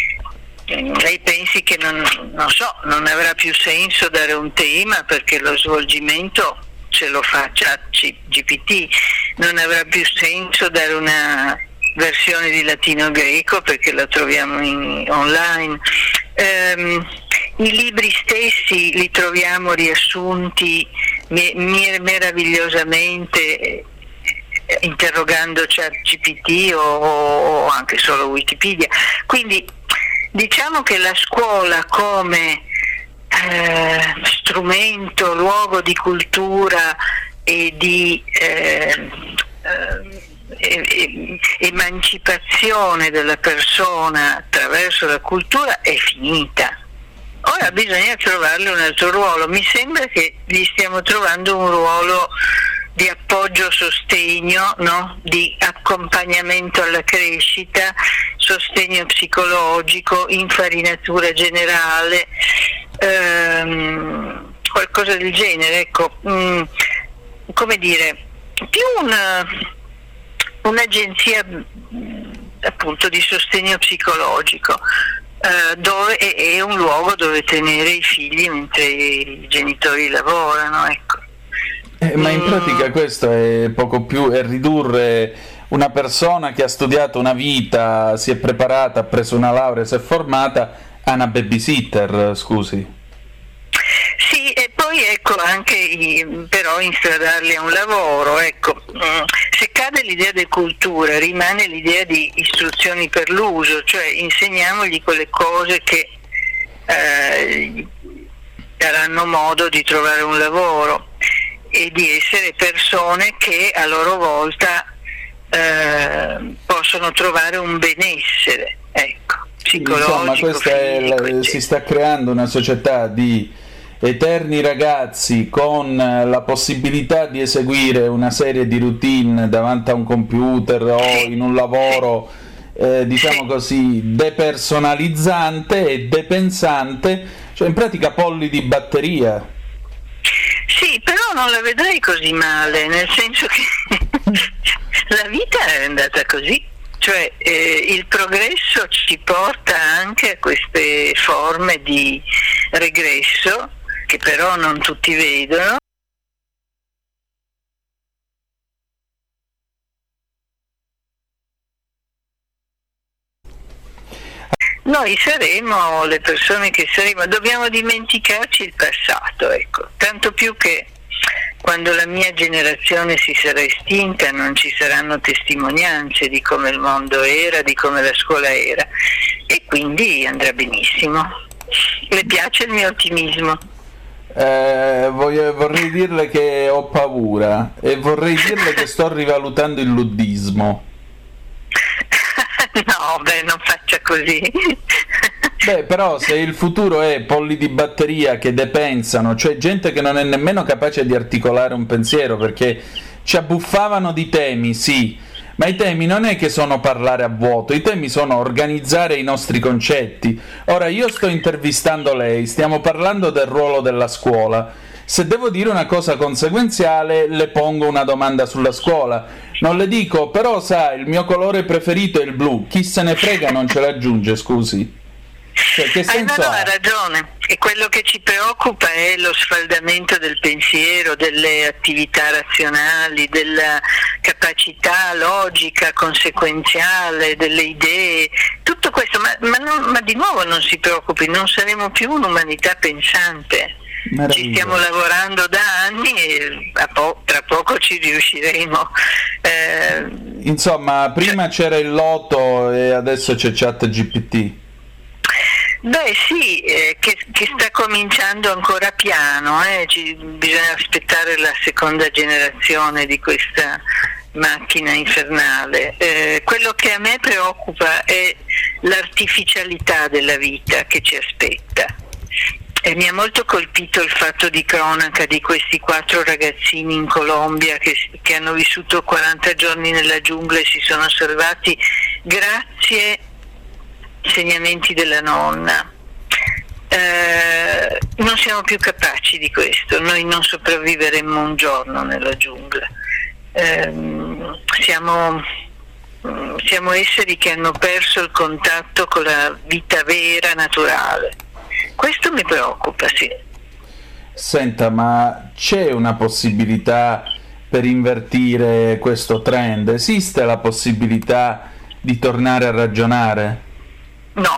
Speaker 11: lei pensi che non, non so, non avrà più senso dare un tema perché lo svolgimento ce lo fa ChatGPT, non avrà più senso dare una versione di latino greco perché la troviamo in, online. Um, I libri stessi li troviamo riassunti me- meravigliosamente eh, interrogando ChatGPT o, o anche solo Wikipedia. Quindi diciamo che la scuola come eh, strumento, luogo di cultura e di eh, eh, emancipazione della persona attraverso la cultura è finita. Ora bisogna trovarle un altro ruolo. Mi sembra che gli stiamo trovando un ruolo di appoggio, sostegno, no? Di accompagnamento alla crescita, sostegno psicologico, infarinatura generale, ehm, qualcosa del genere, ecco, mm, come dire, più una, un'agenzia appunto di sostegno psicologico. Uh, dove è, è un luogo dove tenere i figli mentre i genitori lavorano, ecco.
Speaker 10: Eh, ma in pratica questo è poco più, è ridurre una persona che ha studiato una vita, si è preparata, ha preso una laurea, si è formata, a una babysitter, scusi.
Speaker 11: Sì, e poi ecco anche i, però instradarli a un lavoro, ecco. Se cade l'idea di cultura rimane l'idea di istruzioni per l'uso, cioè insegniamogli quelle cose che eh, daranno modo di trovare un lavoro e di essere persone che a loro volta eh, possono trovare un benessere, ecco, psicologico.
Speaker 10: Insomma, questa è la, si sta creando una società di eterni ragazzi con la possibilità di eseguire una serie di routine davanti a un computer o in un lavoro eh, diciamo così depersonalizzante e depensante, cioè in pratica polli di batteria.
Speaker 11: Sì, però non la vedrei così male, nel senso che la vita è andata così, cioè eh, il progresso ci porta anche a queste forme di regresso che però non tutti vedono. Noi saremo le persone che saremo, dobbiamo dimenticarci il passato, ecco, tanto più che quando la mia generazione si sarà estinta non ci saranno testimonianze di come il mondo era, di come la scuola era, e quindi andrà benissimo. Le piace il mio ottimismo?
Speaker 10: Eh, voglio, vorrei dirle che ho paura e vorrei dirle che sto rivalutando il luddismo.
Speaker 11: No, beh, non faccia così.
Speaker 10: Beh, però se il futuro è polli di batteria che depensano, cioè gente che non è nemmeno capace di articolare un pensiero, perché ci abbuffavano di temi, sì, ma i temi non è che sono parlare a vuoto, i temi sono organizzare i nostri concetti. Ora io sto intervistando lei, stiamo parlando del ruolo della scuola. Se devo dire una cosa conseguenziale, le pongo una domanda sulla scuola. Non le dico, però sa, il mio colore preferito è il blu, chi se ne frega non ce l'aggiunge, scusi. Cioè, che senso
Speaker 11: ah, no, no,
Speaker 10: ha?
Speaker 11: ha ragione. E quello che ci preoccupa è lo sfaldamento del pensiero, delle attività razionali, della capacità logica, conseguenziale, delle idee, tutto questo. Ma, ma, non, ma di nuovo non si preoccupi, non saremo più un'umanità pensante. Ci stiamo lavorando da anni e a po- tra poco ci riusciremo. Eh,
Speaker 10: Insomma, prima c'era il loto e adesso c'è ChatGPT.
Speaker 11: Beh sì, eh, che, che sta cominciando ancora piano, eh. Ci, bisogna aspettare la seconda generazione di questa macchina infernale. Eh, quello che a me preoccupa è l'artificialità della vita che ci aspetta. E mi ha molto colpito il fatto di cronaca di questi quattro ragazzini in Colombia che, che hanno vissuto quaranta giorni nella giungla e si sono salvati grazie ai insegnamenti della nonna. Eh, non siamo più capaci di questo, noi non sopravviveremmo un giorno nella giungla. Eh, siamo, siamo esseri che hanno perso il contatto con la vita vera, naturale. Questo mi preoccupa, sì.
Speaker 10: Senta, ma c'è una possibilità per invertire questo trend? Esiste la possibilità di tornare a ragionare?
Speaker 11: No.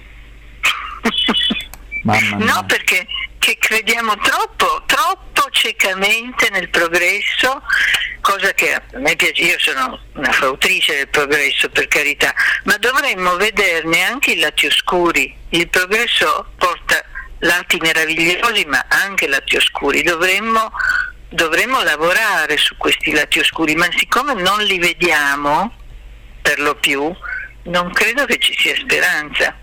Speaker 10: Mamma mia.
Speaker 11: No, perché che crediamo troppo, troppo ciecamente nel progresso, cosa che a me piace, io sono una fautrice del progresso, per carità, ma dovremmo vederne anche i lati oscuri. Il progresso porta lati meravigliosi ma anche lati oscuri, dovremmo, dovremmo lavorare su questi lati oscuri, ma siccome non li vediamo per lo più, non credo che ci sia speranza.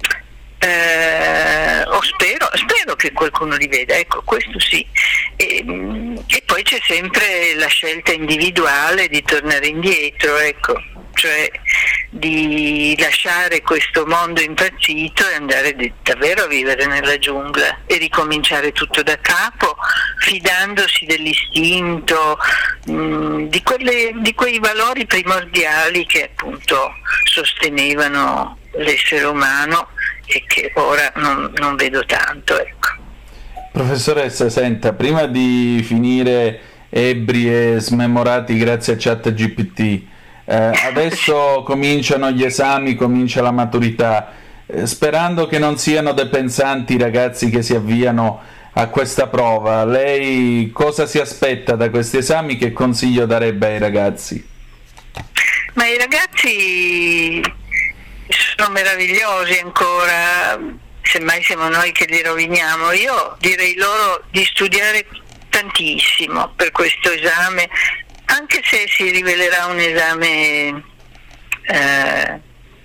Speaker 11: Eh, o spero, spero che qualcuno li veda, ecco, questo sì. E, e poi c'è sempre la scelta individuale di tornare indietro, ecco, cioè di lasciare questo mondo impazzito e andare di, davvero a vivere nella giungla e ricominciare tutto da capo, fidandosi dell'istinto, mh, di, quelle, di quei valori primordiali che appunto sostenevano l'essere umano e che ora non, non vedo tanto, ecco.
Speaker 10: Professoressa, senta, prima di finire ebbri e smemorati grazie a ChatGPT, eh, adesso cominciano gli esami, comincia la maturità, eh, sperando che non siano depensanti i ragazzi che si avviano a questa prova, lei cosa si aspetta da questi esami? Che consiglio darebbe ai ragazzi?
Speaker 11: Ma i ragazzi sono meravigliosi ancora, semmai siamo noi che li roviniamo. Io direi loro di studiare tantissimo per questo esame, anche se si rivelerà un esame eh,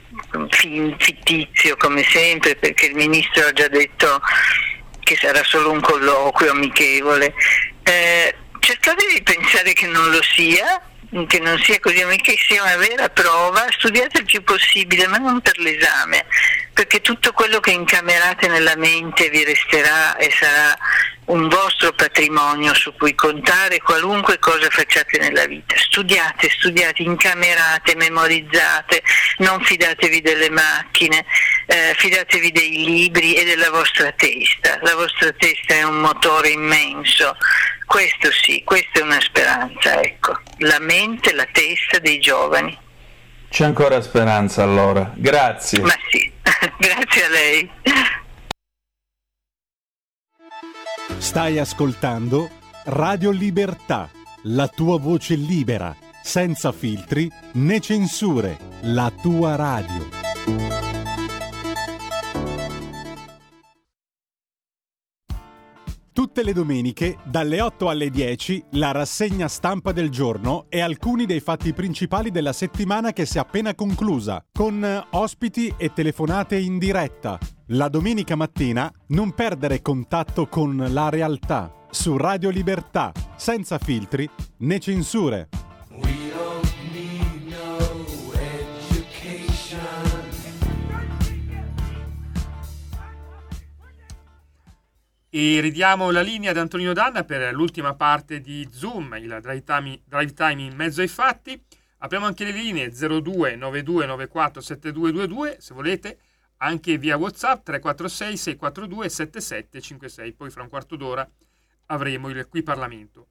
Speaker 11: fittizio come sempre, perché il ministro ha già detto che sarà solo un colloquio amichevole. Eh, cercate di pensare che non lo sia, che non sia così, ma che sia una vera prova. Studiate il più possibile, ma non per l'esame, perché tutto quello che incamerate nella mente vi resterà e sarà un vostro patrimonio su cui contare qualunque cosa facciate nella vita. Studiate, studiate, incamerate, memorizzate, non fidatevi delle macchine, eh, fidatevi dei libri e della vostra testa. La vostra testa è un motore immenso. Questo sì, questa è una speranza, ecco, la mente, la testa dei giovani.
Speaker 10: C'è ancora speranza allora, grazie.
Speaker 11: Ma sì, grazie a lei.
Speaker 1: Stai ascoltando Radio Libertà, la tua voce libera, senza filtri né censure, la tua radio. Tutte le domeniche, dalle otto alle dieci, la rassegna stampa del giorno e alcuni dei fatti principali della settimana che si è appena conclusa, con ospiti e telefonate in diretta. La domenica mattina non perdere contatto con la realtà, su Radio Libertà, senza filtri né censure.
Speaker 2: E ridiamo la linea ad Antonino Danna per l'ultima parte di Zoom, il drive time, drive time in mezzo ai fatti. Apriamo anche le linee zero due nove due nove quattro sette due due due, se volete, anche via WhatsApp tre quattro sei sei quattro due sette sette cinque sei. Poi fra un quarto d'ora avremo il Qui Parlamento.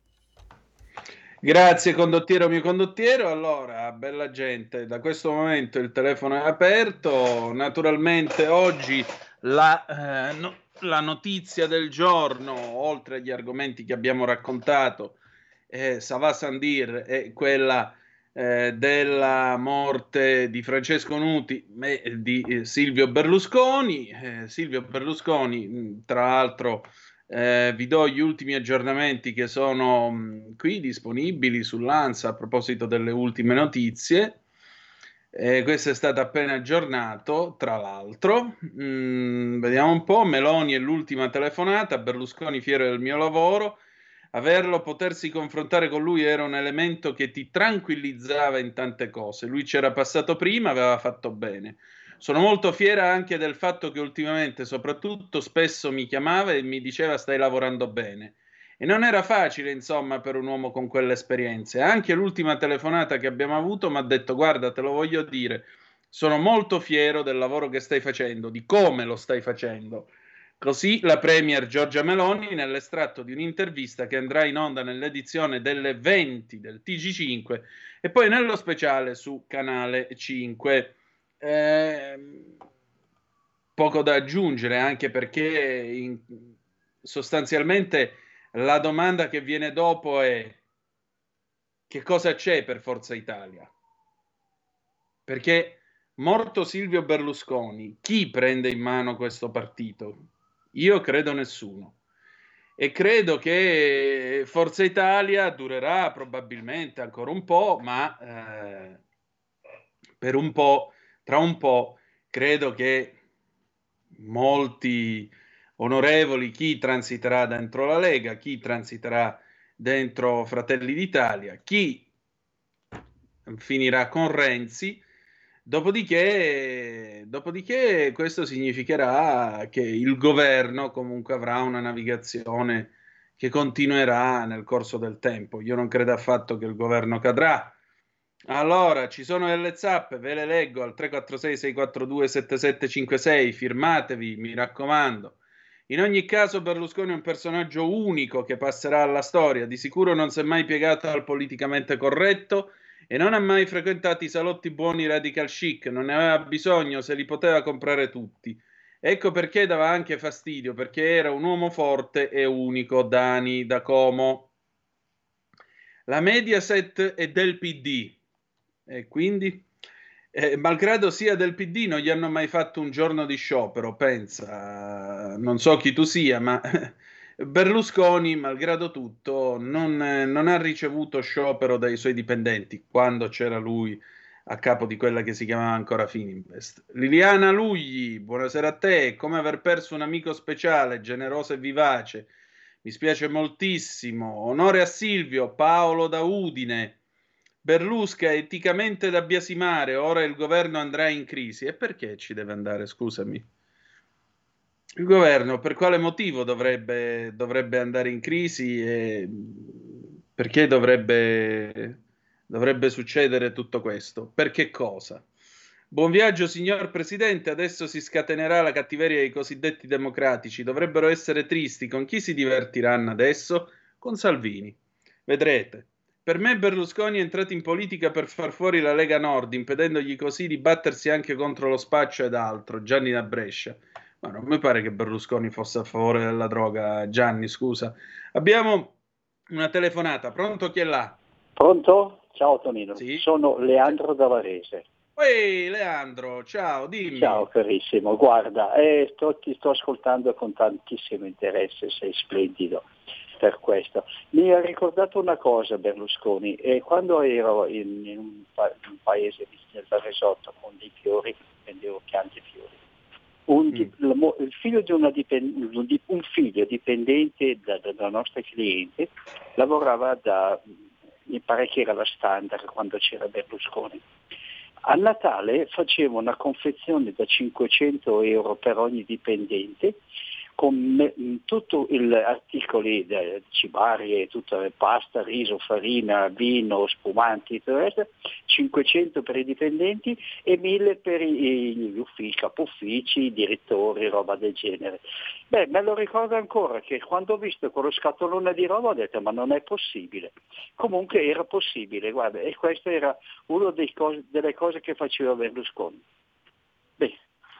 Speaker 3: Grazie condottiero mio condottiero. Allora, bella gente, da questo momento il telefono è aperto. Naturalmente oggi la... Eh, no, la notizia del giorno, oltre agli argomenti che abbiamo raccontato, eh, ça va sans dire, è quella eh, della morte di Francesco Nuti e di eh, Silvio Berlusconi. Eh, Silvio Berlusconi, tra l'altro, eh, vi do gli ultimi aggiornamenti che sono mh, qui disponibili sull'Ansa a proposito delle ultime notizie. Eh, questo è stato appena aggiornato, tra l'altro. Mm, vediamo un po'. Meloni è l'ultima telefonata. Berlusconi fiero del mio lavoro. Averlo, potersi confrontare con lui era un elemento che ti tranquillizzava in tante cose. Lui c'era passato prima, aveva fatto bene. Sono molto fiera anche del fatto che ultimamente, soprattutto, spesso mi chiamava e mi diceva stai lavorando bene. E non era facile, insomma, per un uomo con quelle esperienze. Anche l'ultima telefonata che abbiamo avuto mi ha detto: guarda, te lo voglio dire, sono molto fiero del lavoro che stai facendo, di come lo stai facendo. Così la premier Giorgia Meloni nell'estratto di un'intervista che andrà in onda nell'edizione delle venti del T G cinque e poi nello speciale su Canale cinque. Eh, poco da aggiungere, anche perché in, sostanzialmente... la domanda che viene dopo è: che cosa c'è per Forza Italia? Perché morto Silvio Berlusconi, chi prende in mano questo partito? Io credo nessuno. E credo che Forza Italia durerà probabilmente ancora un po', ma eh, per un po', tra un po', credo che molti onorevoli, chi transiterà dentro la Lega, chi transiterà dentro Fratelli d'Italia, chi finirà con Renzi, dopodiché, dopodiché questo significherà che il governo comunque avrà una navigazione che continuerà nel corso del tempo. Io non credo affatto che il governo cadrà. Allora, ci sono delle zappe, ve le leggo al tre quattro sei sei quattro due sette sette cinque sei, firmatevi, mi raccomando. In ogni caso Berlusconi è un personaggio unico che passerà alla storia, di sicuro non si è mai piegato al politicamente corretto e non ha mai frequentato i salotti buoni radical chic, non ne aveva bisogno, se li poteva comprare tutti. Ecco perché dava anche fastidio, perché era un uomo forte e unico. Dani da Como. La Mediaset è del P D e quindi... Eh, malgrado sia del P D non gli hanno mai fatto un giorno di sciopero, pensa, non so chi tu sia, ma Berlusconi, malgrado tutto, non, non ha ricevuto sciopero dai suoi dipendenti quando c'era lui a capo di quella che si chiamava ancora Fininvest. Liliana Lugli, buonasera a te. Come aver perso un amico speciale, generoso e vivace, mi spiace moltissimo. Onore a Silvio. Paolo da Udine. Berlusca eticamente da biasimare, ora il governo andrà in crisi. E perché ci deve andare, scusami? Il governo per quale motivo dovrebbe, dovrebbe andare in crisi e perché dovrebbe, dovrebbe succedere tutto questo? Per che cosa? Buon viaggio signor Presidente, adesso si scatenerà la cattiveria dei cosiddetti democratici, dovrebbero essere tristi, con chi si divertiranno adesso? Con Salvini, vedrete. Per me Berlusconi è entrato in politica per far fuori la Lega Nord, impedendogli così di battersi anche contro lo spaccio ed altro. Gianni da Brescia. Ma non mi pare che Berlusconi fosse a favore della droga. Gianni, scusa. Abbiamo una telefonata. Pronto, chi è là?
Speaker 12: Pronto? Ciao Tonino.
Speaker 3: Sì?
Speaker 12: Sono Leandro da Varese.
Speaker 3: Ehi Leandro, ciao, dimmi.
Speaker 12: Ciao carissimo, guarda, eh, sto, ti sto ascoltando con tantissimo interesse, sei splendido per questo. Mi ha ricordato una cosa Berlusconi, e quando ero in, in un, pa- un paese nel Varesotto con dei fiori, vendevo piante e fiori, un, di-
Speaker 3: Mm.
Speaker 12: il figlio di una dipen- un figlio dipendente da- da- dalla nostra cliente lavorava da, mi pare che era la Standard quando c'era Berlusconi. A Natale facevo una confezione da cinquecento euro per ogni dipendente con me- tutti gli articoli eh, cibarie, tutta pasta, riso, farina, vino, spumanti, tutto il resto, cinquecento per i dipendenti e mille per i- gli uffici, capo uffici, i direttori, roba del genere. Beh, me lo ricordo ancora che quando ho visto quello scatolone di roba ho detto ma non è possibile. Comunque era possibile, guarda, e questa era una delle cose che faceva Berlusconi. Beh,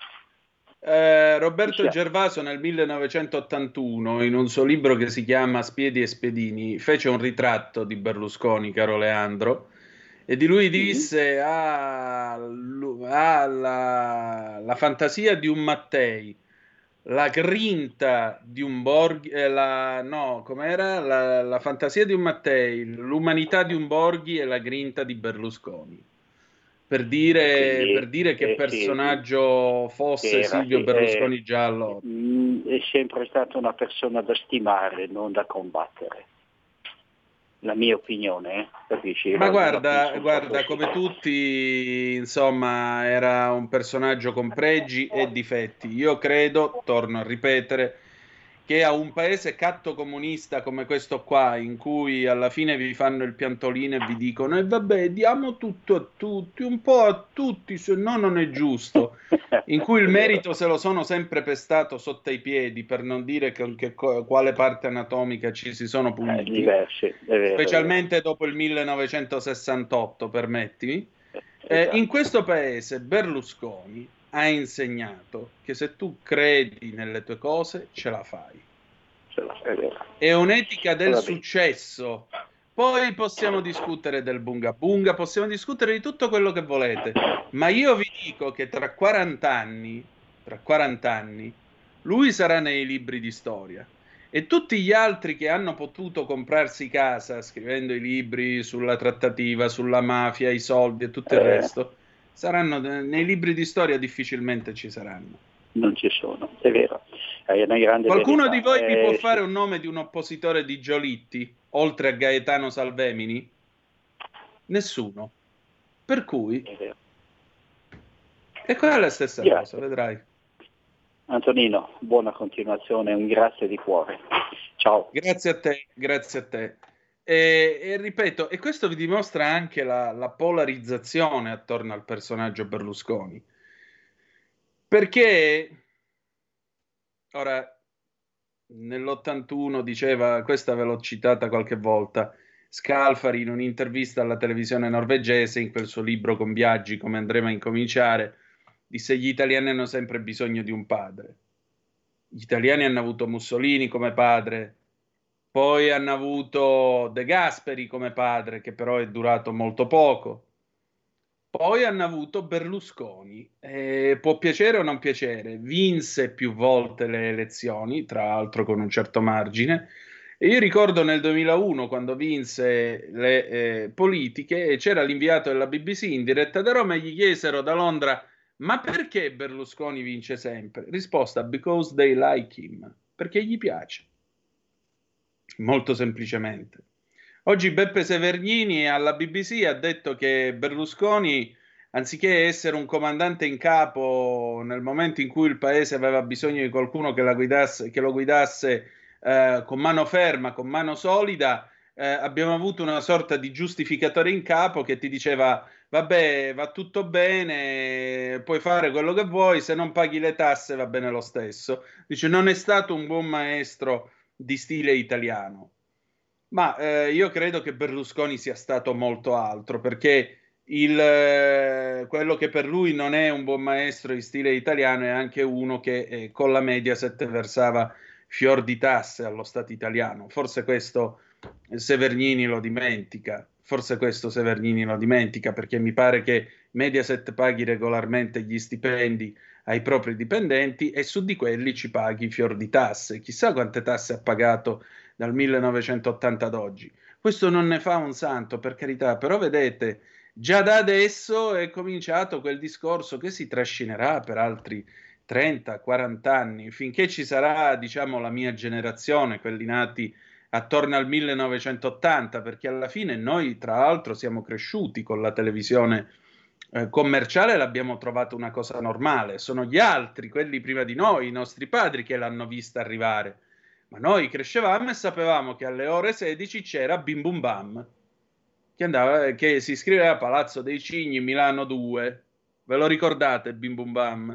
Speaker 3: Eh, Roberto Gervaso nel millenovecentottantuno, in un suo libro che si chiama Spiedi e Spiedini, fece un ritratto di Berlusconi, caro Leandro, e di lui disse: "Ah, lu- ha la, la fantasia di un Mattei, la grinta di un Borghi, eh, la, no, com'era? La, la fantasia di un Mattei, l'umanità di un Borghi e la grinta di Berlusconi." Per dire,
Speaker 12: quindi,
Speaker 3: per dire che
Speaker 12: eh, sì,
Speaker 3: personaggio fosse
Speaker 12: era,
Speaker 3: Silvio
Speaker 12: sì,
Speaker 3: Berlusconi
Speaker 12: eh,
Speaker 3: già allora.
Speaker 12: mh, è sempre stata una persona da stimare, non da combattere. La mia opinione, eh, capisci?
Speaker 3: Ma
Speaker 12: Io la
Speaker 3: guarda,
Speaker 12: penso un po'
Speaker 3: guarda,
Speaker 12: così.
Speaker 3: come tutti, insomma, era un personaggio con pregi e difetti. Io credo, torno a ripetere, che a un paese catto comunista come questo qua, in cui alla fine vi fanno il piantolino e vi dicono e vabbè, diamo tutto a tutti, un po' a tutti, se no non è giusto, in cui il merito se lo sono sempre pestato sotto i piedi, per non dire con che, quale parte anatomica ci si sono
Speaker 12: Eh,
Speaker 3: puliti.
Speaker 12: diversi, è vero,
Speaker 3: Specialmente dopo il millenovecentosessantotto, permettimi,
Speaker 12: è
Speaker 3: eh,
Speaker 12: vero.
Speaker 3: in questo paese Berlusconi ha insegnato che se tu credi nelle tue cose, ce la fai.
Speaker 12: Ce la- È vero.
Speaker 3: È un'etica del
Speaker 12: Va bene.
Speaker 3: successo. Poi possiamo discutere del bunga bunga, possiamo discutere di tutto quello che volete, ma io vi dico che tra quaranta anni, tra quaranta anni, lui sarà nei libri di storia. E tutti gli altri che hanno potuto comprarsi casa scrivendo i libri sulla trattativa, sulla mafia, i soldi e tutto il
Speaker 12: Eh.
Speaker 3: resto, saranno nei libri di storia, difficilmente ci saranno.
Speaker 12: Non ci sono, è vero. È una grande
Speaker 3: Qualcuno
Speaker 12: verità.
Speaker 3: di voi mi
Speaker 12: Eh,
Speaker 3: può
Speaker 12: sì.
Speaker 3: fare un nome di un oppositore di Giolitti, oltre a Gaetano Salvemini? Nessuno. Per cui,
Speaker 12: È vero.
Speaker 3: e quella è la stessa
Speaker 12: Grazie.
Speaker 3: cosa, vedrai.
Speaker 12: Antonino, buona continuazione, un grazie di cuore. Ciao.
Speaker 3: Grazie a te, grazie a te. E, e ripeto, e questo vi dimostra anche la, la polarizzazione attorno al personaggio Berlusconi. Perché, ora, nell'ottantuno diceva, questa ve l'ho citata qualche volta, Scalfari in un'intervista alla televisione norvegese, in quel suo libro Con Biagi, come andremo a incominciare, disse: gli italiani hanno sempre bisogno di un padre. Gli italiani hanno avuto Mussolini come padre, poi hanno avuto De Gasperi come padre, che però è durato molto poco. Poi hanno avuto Berlusconi, eh, può piacere o non piacere, vinse più volte le elezioni, tra l'altro con un certo margine, e io ricordo nel duemilauno quando vinse le eh, politiche e c'era l'inviato della B B C in diretta da Roma e gli chiesero da Londra: ma perché Berlusconi vince sempre? Risposta: because they like him, perché gli piace. Molto semplicemente. Oggi Beppe Severnini alla B B C ha detto che Berlusconi, anziché essere un comandante in capo nel momento in cui il paese aveva bisogno di qualcuno che, la guidasse, che lo guidasse eh, con mano ferma, con mano solida, eh, abbiamo avuto una sorta di giustificatore in capo che ti diceva: vabbè, va tutto bene, puoi fare quello che vuoi, se non paghi le tasse va bene lo stesso. Dice: non è stato un buon maestro di stile italiano. Ma eh, io credo che Berlusconi sia stato molto altro, perché il, eh, quello che per lui non è un buon maestro di stile italiano è anche uno che eh, con la Mediaset versava fior di tasse allo Stato italiano. Forse questo Severgnini lo dimentica, forse questo Severgnini lo dimentica, perché mi pare che Mediaset paghi regolarmente gli stipendi ai propri dipendenti e su di quelli ci paghi fior di tasse. Chissà quante tasse ha pagato dal millenovecentottanta ad oggi. Questo non ne fa un santo, per carità, però vedete, già da adesso è cominciato quel discorso che si trascinerà per altri trenta quaranta anni, finché ci sarà, diciamo, la mia generazione, quelli nati attorno al millenovecentottanta, perché alla fine noi, tra l'altro, siamo cresciuti con la televisione eh, commerciale, l'abbiamo trovata una cosa normale. Sono gli altri, quelli prima di noi, i nostri padri, che l'hanno vista arrivare. Ma noi crescevamo e sapevamo che alle ore sedici c'era Bim Bum Bam, che, andava, che si iscriveva a Palazzo dei Cigni, Milano due. Ve lo ricordate, Bim Bum Bam?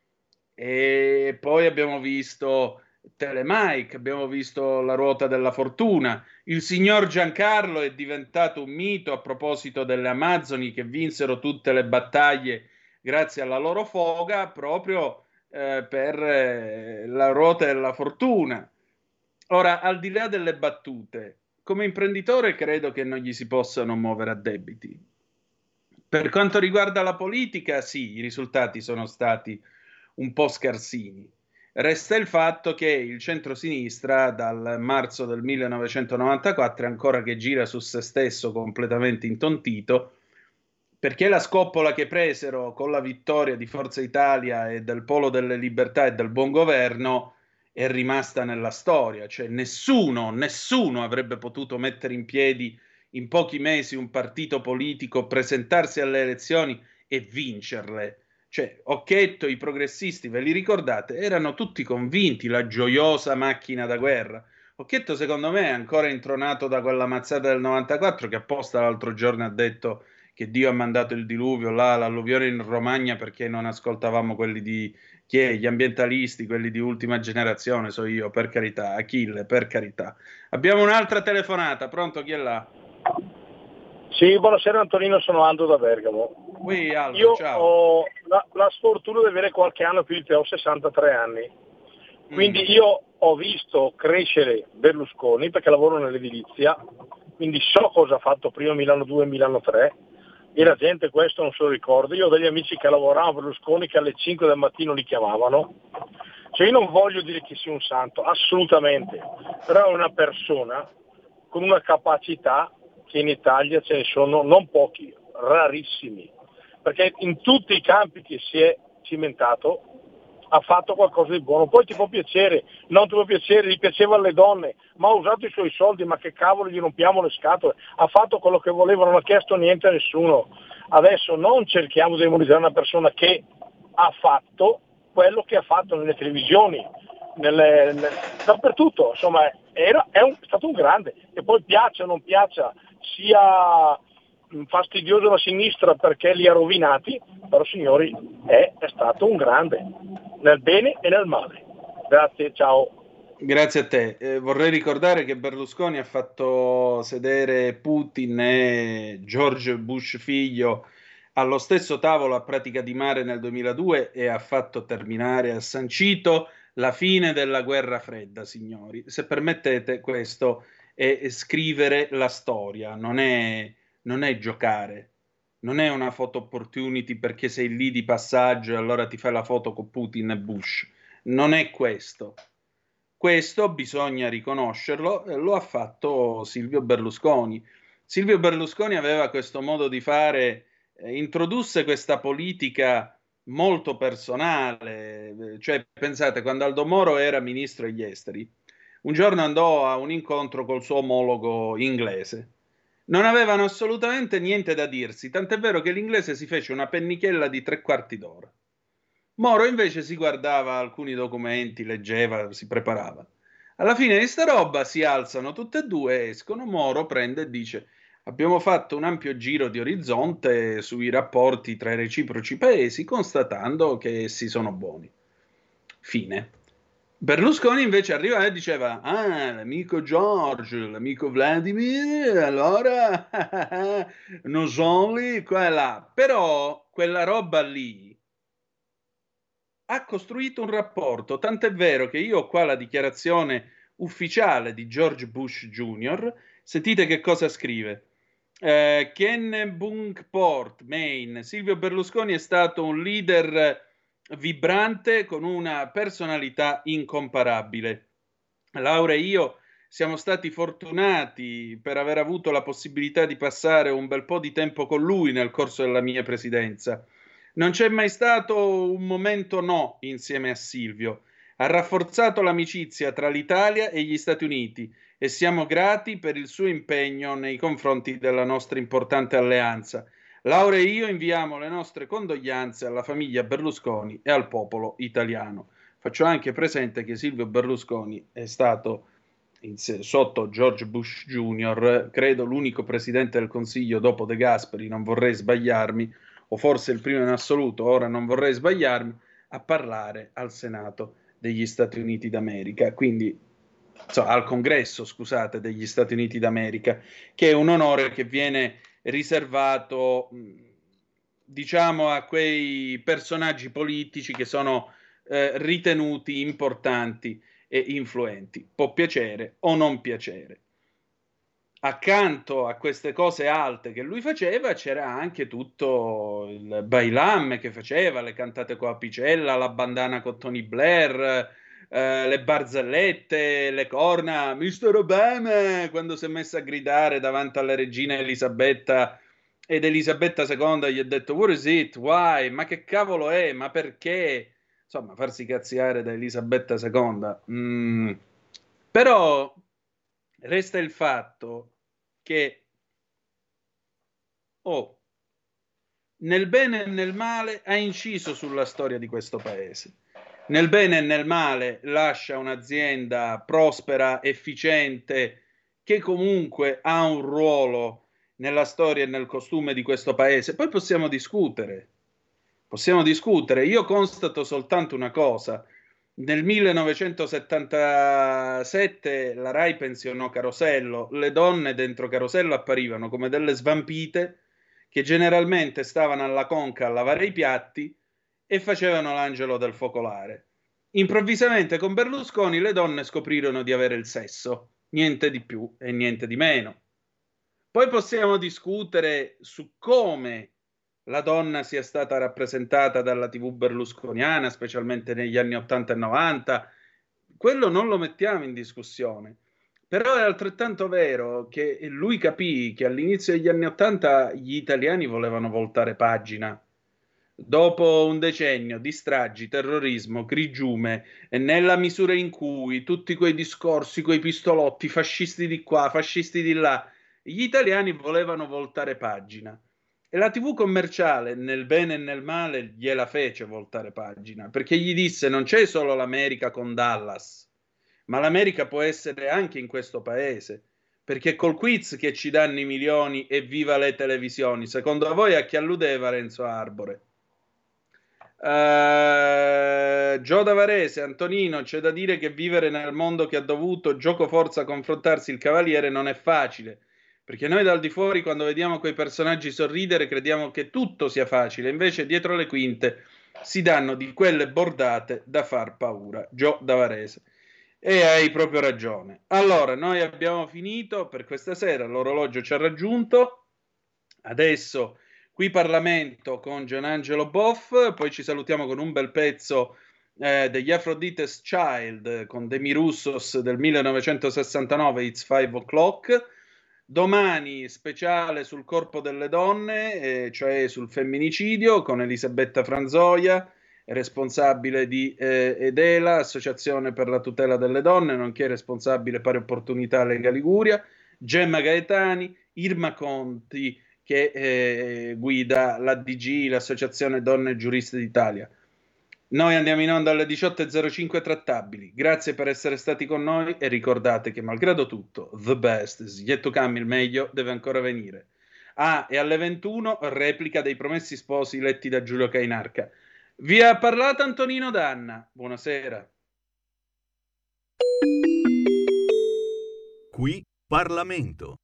Speaker 3: E poi abbiamo visto Telemike, abbiamo visto La Ruota della Fortuna. Il signor Giancarlo è diventato un mito a proposito delle Amazzoni che vinsero tutte le battaglie grazie alla loro foga, proprio eh, per eh, La Ruota della Fortuna. Ora, al di là delle battute, come imprenditore credo che non gli si possano muovere a debiti. Per quanto riguarda la politica, sì, i risultati sono stati un po' scarsini. Resta il fatto che il centrosinistra dal marzo del millenovecentonovantaquattro è ancora che gira su se stesso completamente intontito, perché la scoppola che presero con la vittoria di Forza Italia e del Polo delle Libertà e del Buon Governo è rimasta nella storia. Cioè nessuno, nessuno avrebbe potuto mettere in piedi in pochi mesi un partito politico, presentarsi alle elezioni e vincerle. Cioè, Occhetto, i progressisti, ve li ricordate? Erano tutti convinti, la gioiosa macchina da guerra. Occhetto, secondo me, è ancora intronato da quella mazzata del novantaquattro che apposta l'altro giorno ha detto che Dio ha mandato il diluvio, là, l'alluvione in Romagna perché non ascoltavamo quelli di... chi è? Gli ambientalisti, quelli di ultima generazione, so io, per carità. Achille, per carità. Abbiamo un'altra telefonata, pronto? Chi è là?
Speaker 13: Sì, buonasera Antonino, sono Aldo da Bergamo.
Speaker 3: Oui, Aldo,
Speaker 13: Io
Speaker 3: ciao.
Speaker 13: ho la, la sfortuna di avere qualche anno più di te, ho sessantatré anni, quindi mm. io ho visto crescere Berlusconi perché lavoro nell'edilizia, quindi so cosa ha fatto prima Milano due e Milano tre e la gente questo non se lo ricorda. Io ho degli amici che lavoravano a Berlusconi che alle cinque del mattino li chiamavano, cioè io non voglio dire che sia un santo, assolutamente, però è una persona con una capacità che in Italia ce ne sono non pochi, rarissimi, perché in tutti i campi che si è cimentato ha fatto qualcosa di buono. Poi ti può piacere, non ti può piacere, gli piaceva alle donne, ma ha usato i suoi soldi, ma che cavolo gli rompiamo le scatole, ha fatto quello che voleva, non ha chiesto niente a nessuno. Adesso non cerchiamo di demonizzare una persona che ha fatto quello che ha fatto nelle televisioni, nelle, nelle, dappertutto, insomma era, è, un, è stato un grande, e poi piaccia o non piaccia, sia fastidioso la sinistra perché li ha rovinati, però signori è, è stato un grande, nel bene e nel male. Grazie, ciao.
Speaker 3: Grazie a te. Eh, vorrei ricordare che Berlusconi ha fatto sedere Putin e George Bush figlio allo stesso tavolo a Pratica di Mare nel duemiladue e ha fatto terminare, ha sancito la fine della guerra fredda, signori. Se permettete, questo è scrivere la storia, non è, non è giocare, non è una photo opportunity perché sei lì di passaggio e allora ti fai la foto con Putin e Bush. Non è questo. Questo bisogna riconoscerlo, e lo ha fatto Silvio Berlusconi. Silvio Berlusconi aveva questo modo di fare, eh, introdusse questa politica molto personale, cioè pensate, quando Aldo Moro era ministro degli esteri, un giorno andò a un incontro col suo omologo inglese. Non avevano assolutamente niente da dirsi, tant'è vero che l'inglese si fece una pennichella di tre quarti d'ora. Moro invece si guardava alcuni documenti, leggeva, si preparava. Alla fine di sta roba si alzano tutte e due, escono, Moro prende e dice: abbiamo fatto un ampio giro di orizzonte sui rapporti tra i reciproci paesi, constatando che essi sono buoni. Fine. Berlusconi invece arrivava e diceva: ah, l'amico George, l'amico Vladimir, allora non sono lì, qua e là. Però quella roba lì ha costruito un rapporto, tant'è vero che io ho qua la dichiarazione ufficiale di George Bush Junior Sentite che cosa scrive. Eh, Kennebunkport, Maine. Silvio Berlusconi è stato un leader vibrante con una personalità incomparabile. Laura e io siamo stati fortunati per aver avuto la possibilità di passare un bel po' di tempo con lui nel corso della mia presidenza. Non c'è mai stato un momento no insieme a Silvio. Ha rafforzato l'amicizia tra l'Italia e gli Stati Uniti e siamo grati per il suo impegno nei confronti della nostra importante alleanza. Laura e io inviamo le nostre condoglianze alla famiglia Berlusconi e al popolo italiano. Faccio anche presente che Silvio Berlusconi è stato, in, sotto George Bush Junior, credo l'unico presidente del Consiglio dopo De Gasperi, non vorrei sbagliarmi, o forse il primo in assoluto, ora non vorrei sbagliarmi, a parlare al Senato degli Stati Uniti d'America, quindi insomma, al Congresso, scusate, degli Stati Uniti d'America, che è un onore che viene riservato, diciamo, a quei personaggi politici che sono eh, ritenuti importanti e influenti. Può piacere o non piacere. Accanto a queste cose alte che lui faceva c'era anche tutto il bailam che faceva, le cantate con Apicella, la bandana con Tony Blair, eh, le barzellette, le corna, mister Obama, quando si è messa a gridare davanti alla regina Elisabetta ed Elisabetta seconda gli ha detto what is it, why, ma che cavolo è, ma perché? Insomma, farsi cazziare da Elisabetta seconda. Mm. Però resta il fatto che oh, nel bene e nel male ha inciso sulla storia di questo paese. Nel bene e nel male lascia un'azienda prospera, efficiente, che comunque ha un ruolo nella storia e nel costume di questo paese. Poi possiamo discutere, possiamo discutere. Io constato soltanto una cosa. Nel millenovecentosettantasette la Rai pensionò Carosello, le donne dentro Carosello apparivano come delle svampite che generalmente stavano alla conca a lavare i piatti e facevano l'angelo del focolare. Improvvisamente con Berlusconi le donne scoprirono di avere il sesso, niente di più e niente di meno. Poi possiamo discutere su come la donna sia stata rappresentata dalla tivù berlusconiana, specialmente negli anni ottanta e novanta, quello non lo mettiamo in discussione. Però è altrettanto vero che lui capì che all'inizio degli anni ottanta gli italiani volevano voltare pagina. Dopo un decennio di stragi, terrorismo, grigiume, e nella misura in cui tutti quei discorsi, quei pistolotti, fascisti di qua, fascisti di là, gli italiani volevano voltare pagina. E la tivù commerciale, nel bene e nel male, gliela fece voltare pagina, perché gli disse non c'è solo l'America con Dallas, ma l'America può essere anche in questo paese, perché col quiz che ci danno i milioni e viva le televisioni, secondo voi a chi alludeva Renzo Arbore? Uh, Gio da Varese, Antonino, c'è da dire che vivere nel mondo che ha dovuto gioco forza confrontarsi il Cavaliere non è facile. Perché noi dal di fuori, quando vediamo quei personaggi sorridere, crediamo che tutto sia facile, invece dietro le quinte si danno di quelle bordate da far paura. Gio da Varese. E hai proprio ragione. Allora, noi abbiamo finito per questa sera, l'orologio ci ha raggiunto, adesso qui Parlamento con Gianangelo Boff, poi ci salutiamo con un bel pezzo eh, degli Aphrodite's Child con Demi Russos del millenovecentosessantanove, It's Five O'Clock. Domani speciale sul corpo delle donne, eh, cioè sul femminicidio, con Elisabetta Franzoia, responsabile di eh, Edela, Associazione per la tutela delle donne, nonché responsabile pari opportunità Lega Liguria, Gemma Gaetani, Irma Conti, che eh, guida l'A D G, l'Associazione Donne Giuriste d'Italia. Noi andiamo in onda alle diciotto e zero cinque trattabili. Grazie per essere stati con noi e ricordate che malgrado tutto, the best is yet to come, il meglio deve ancora venire. Ah, e alle ventuno replica dei Promessi Sposi letti da Giulio Cainarca. Vi ha parlato Antonino Danna. Buonasera.
Speaker 14: Qui Parlamento.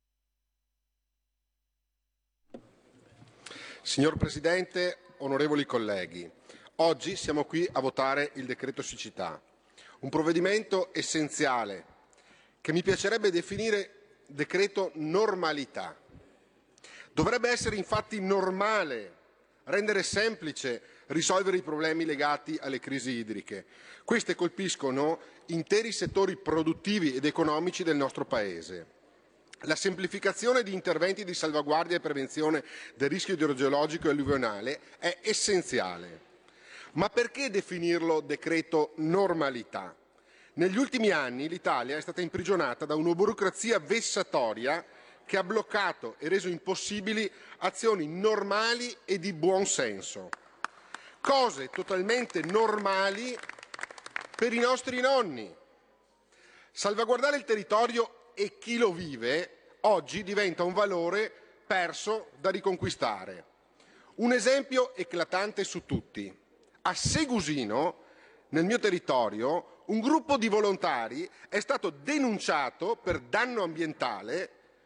Speaker 15: Signor Presidente, onorevoli colleghi, oggi siamo qui a votare il decreto siccità, un provvedimento essenziale che mi piacerebbe definire decreto normalità. Dovrebbe essere infatti normale rendere semplice risolvere i problemi legati alle crisi idriche. Queste colpiscono interi settori produttivi ed economici del nostro Paese. La semplificazione di interventi di salvaguardia e prevenzione del rischio idrogeologico e alluvionale è essenziale. Ma perché definirlo decreto normalità? Negli ultimi anni l'Italia è stata imprigionata da una burocrazia vessatoria che ha bloccato e reso impossibili azioni normali e di buon senso. Cose totalmente normali per i nostri nonni. Salvaguardare il territorio e chi lo vive oggi diventa un valore perso da riconquistare. Un esempio eclatante su tutti. A Segusino, nel mio territorio, un gruppo di volontari è stato denunciato per danno ambientale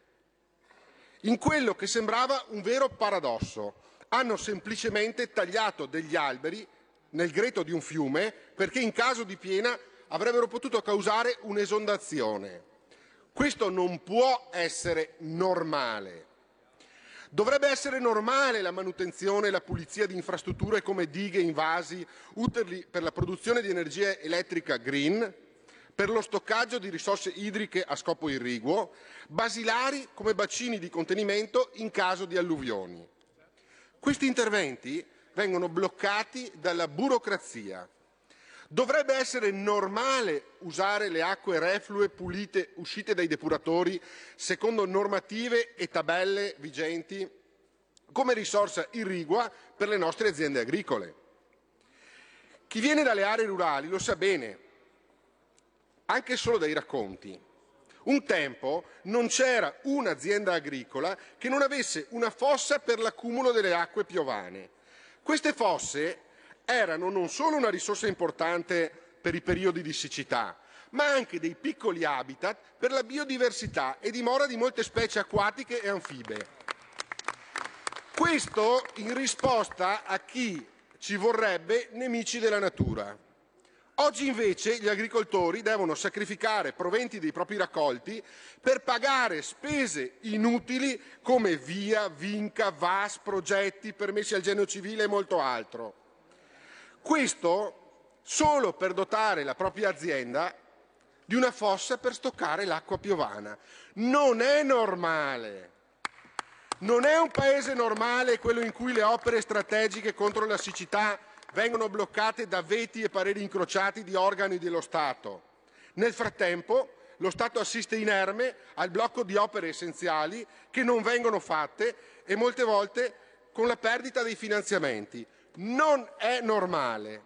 Speaker 15: in quello che sembrava un vero paradosso. Hanno semplicemente tagliato degli alberi nel greto di un fiume perché in caso di piena avrebbero potuto causare un'esondazione. Questo non può essere normale. Dovrebbe essere normale la manutenzione e la pulizia di infrastrutture come dighe, invasi, utili per la produzione di energia elettrica green, per lo stoccaggio di risorse idriche a scopo irriguo, basilari come bacini di contenimento in caso di alluvioni. Questi interventi vengono bloccati dalla burocrazia. Dovrebbe essere normale usare le acque reflue pulite uscite dai depuratori secondo normative e tabelle vigenti come risorsa irrigua per le nostre aziende agricole. Chi viene dalle aree rurali lo sa bene, anche solo dai racconti. Un tempo non c'era un'azienda agricola che non avesse una fossa per l'accumulo delle acque piovane. Queste fosse erano non solo una risorsa importante per i periodi di siccità, ma anche dei piccoli habitat per la biodiversità e dimora di molte specie acquatiche e anfibe. Questo in risposta a chi ci vorrebbe nemici della natura. Oggi invece gli agricoltori devono sacrificare proventi dei propri raccolti per pagare spese inutili come via, vinca, V A S, progetti, permessi al genio civile e molto altro. Questo solo per dotare la propria azienda di una fossa per stoccare l'acqua piovana. Non è normale. Non è un paese normale quello in cui le opere strategiche contro la siccità vengono bloccate da veti e pareri incrociati di organi dello Stato. Nel frattempo lo Stato assiste inerme al blocco di opere essenziali che non vengono fatte e molte volte con la perdita dei finanziamenti. Non è normale.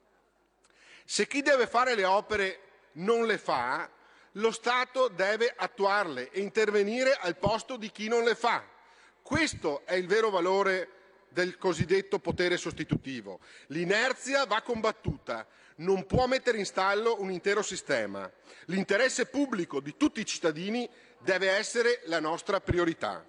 Speaker 15: Se chi deve fare le opere non le fa, lo Stato deve attuarle e intervenire al posto di chi non le fa. Questo è il vero valore del cosiddetto potere sostitutivo. L'inerzia va combattuta, non può mettere in stallo un intero sistema. L'interesse pubblico di tutti i cittadini deve essere la nostra priorità.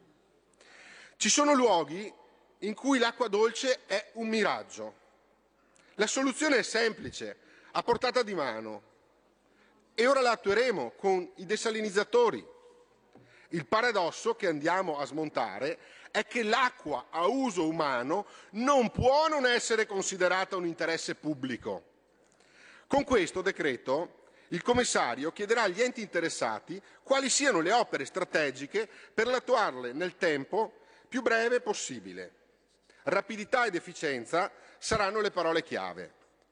Speaker 15: Ci sono luoghi in cui l'acqua dolce è un miraggio. La soluzione è semplice, a portata di mano, e ora la attueremo con i desalinizzatori. Il paradosso che andiamo a smontare è che l'acqua a uso umano non può non essere considerata un interesse pubblico. Con questo decreto il commissario chiederà agli enti interessati quali siano le opere strategiche per attuarle nel tempo più breve possibile. Rapidità ed efficienza saranno le parole chiave.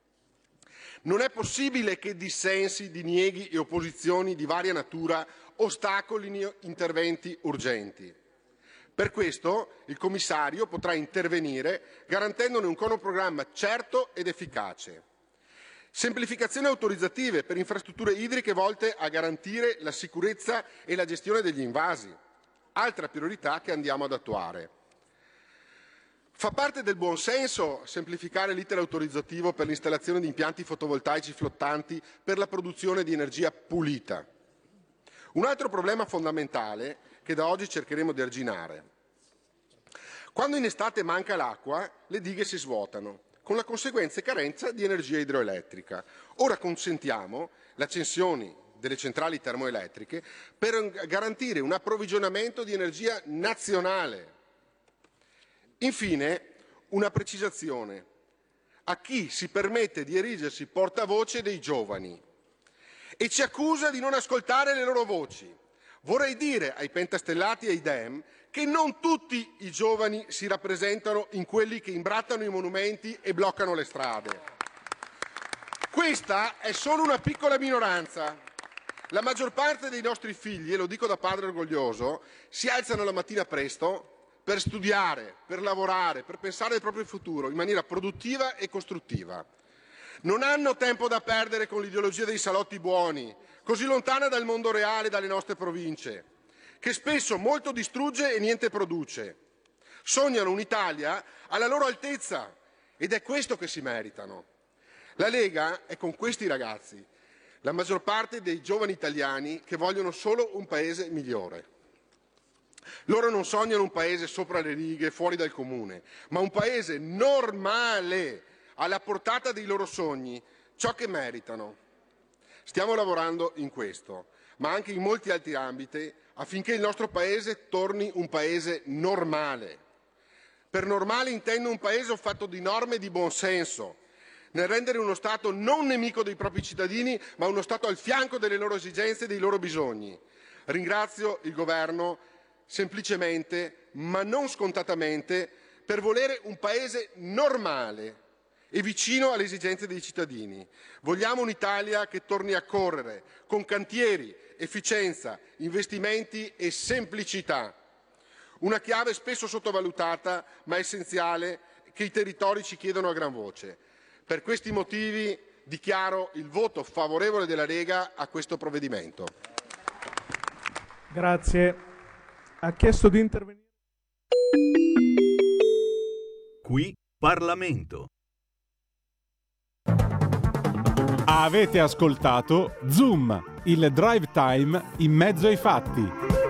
Speaker 15: Non è possibile che dissensi, dinieghi e opposizioni di varia natura ostacolino interventi urgenti. Per questo il commissario potrà intervenire garantendone un cronoprogramma certo ed efficace. Semplificazioni autorizzative per infrastrutture idriche volte a garantire la sicurezza e la gestione degli invasi. Altra priorità che andiamo ad attuare. Fa parte del buon senso semplificare l'iter autorizzativo per l'installazione di impianti fotovoltaici flottanti per la produzione di energia pulita. Un altro problema fondamentale che da oggi cercheremo di arginare. Quando in estate manca l'acqua, le dighe si svuotano, con la conseguente carenza di energia idroelettrica. Ora consentiamo l'accensione delle centrali termoelettriche per garantire un approvvigionamento di energia nazionale. Infine, una precisazione a chi si permette di erigersi portavoce dei giovani e ci accusa di non ascoltare le loro voci. Vorrei dire ai pentastellati e ai Dem che non tutti i giovani si rappresentano in quelli che imbrattano i monumenti e bloccano le strade. Questa è solo una piccola minoranza. La maggior parte dei nostri figli, e lo dico da padre orgoglioso, si alzano la mattina presto per studiare, per lavorare, per pensare al proprio futuro in maniera produttiva e costruttiva. Non hanno tempo da perdere con l'ideologia dei salotti buoni, così lontana dal mondo reale e dalle nostre province, che spesso molto distrugge e niente produce. Sognano un'Italia alla loro altezza ed è questo che si meritano. La Lega è con questi ragazzi, la maggior parte dei giovani italiani che vogliono solo un paese migliore. Loro non sognano un paese sopra le righe, fuori dal comune, ma un paese normale, alla portata dei loro sogni, ciò che meritano. Stiamo lavorando in questo, ma anche in molti altri ambiti, affinché il nostro paese torni un paese normale. Per normale intendo un paese fatto di norme e di buonsenso, nel rendere uno Stato non nemico dei propri cittadini, ma uno Stato al fianco delle loro esigenze e dei loro bisogni. Ringrazio il Governo semplicemente, ma non scontatamente, per volere un paese normale e vicino alle esigenze dei cittadini. Vogliamo un'Italia che torni a correre, con cantieri, efficienza, investimenti e semplicità. Una chiave spesso sottovalutata, ma essenziale, che i territori ci chiedono a gran voce. Per questi motivi dichiaro il voto favorevole della Lega a questo provvedimento.
Speaker 16: Grazie. Ha chiesto di intervenire.
Speaker 14: Qui Parlamento.
Speaker 1: Avete ascoltato Zoom, il drive time in mezzo ai fatti.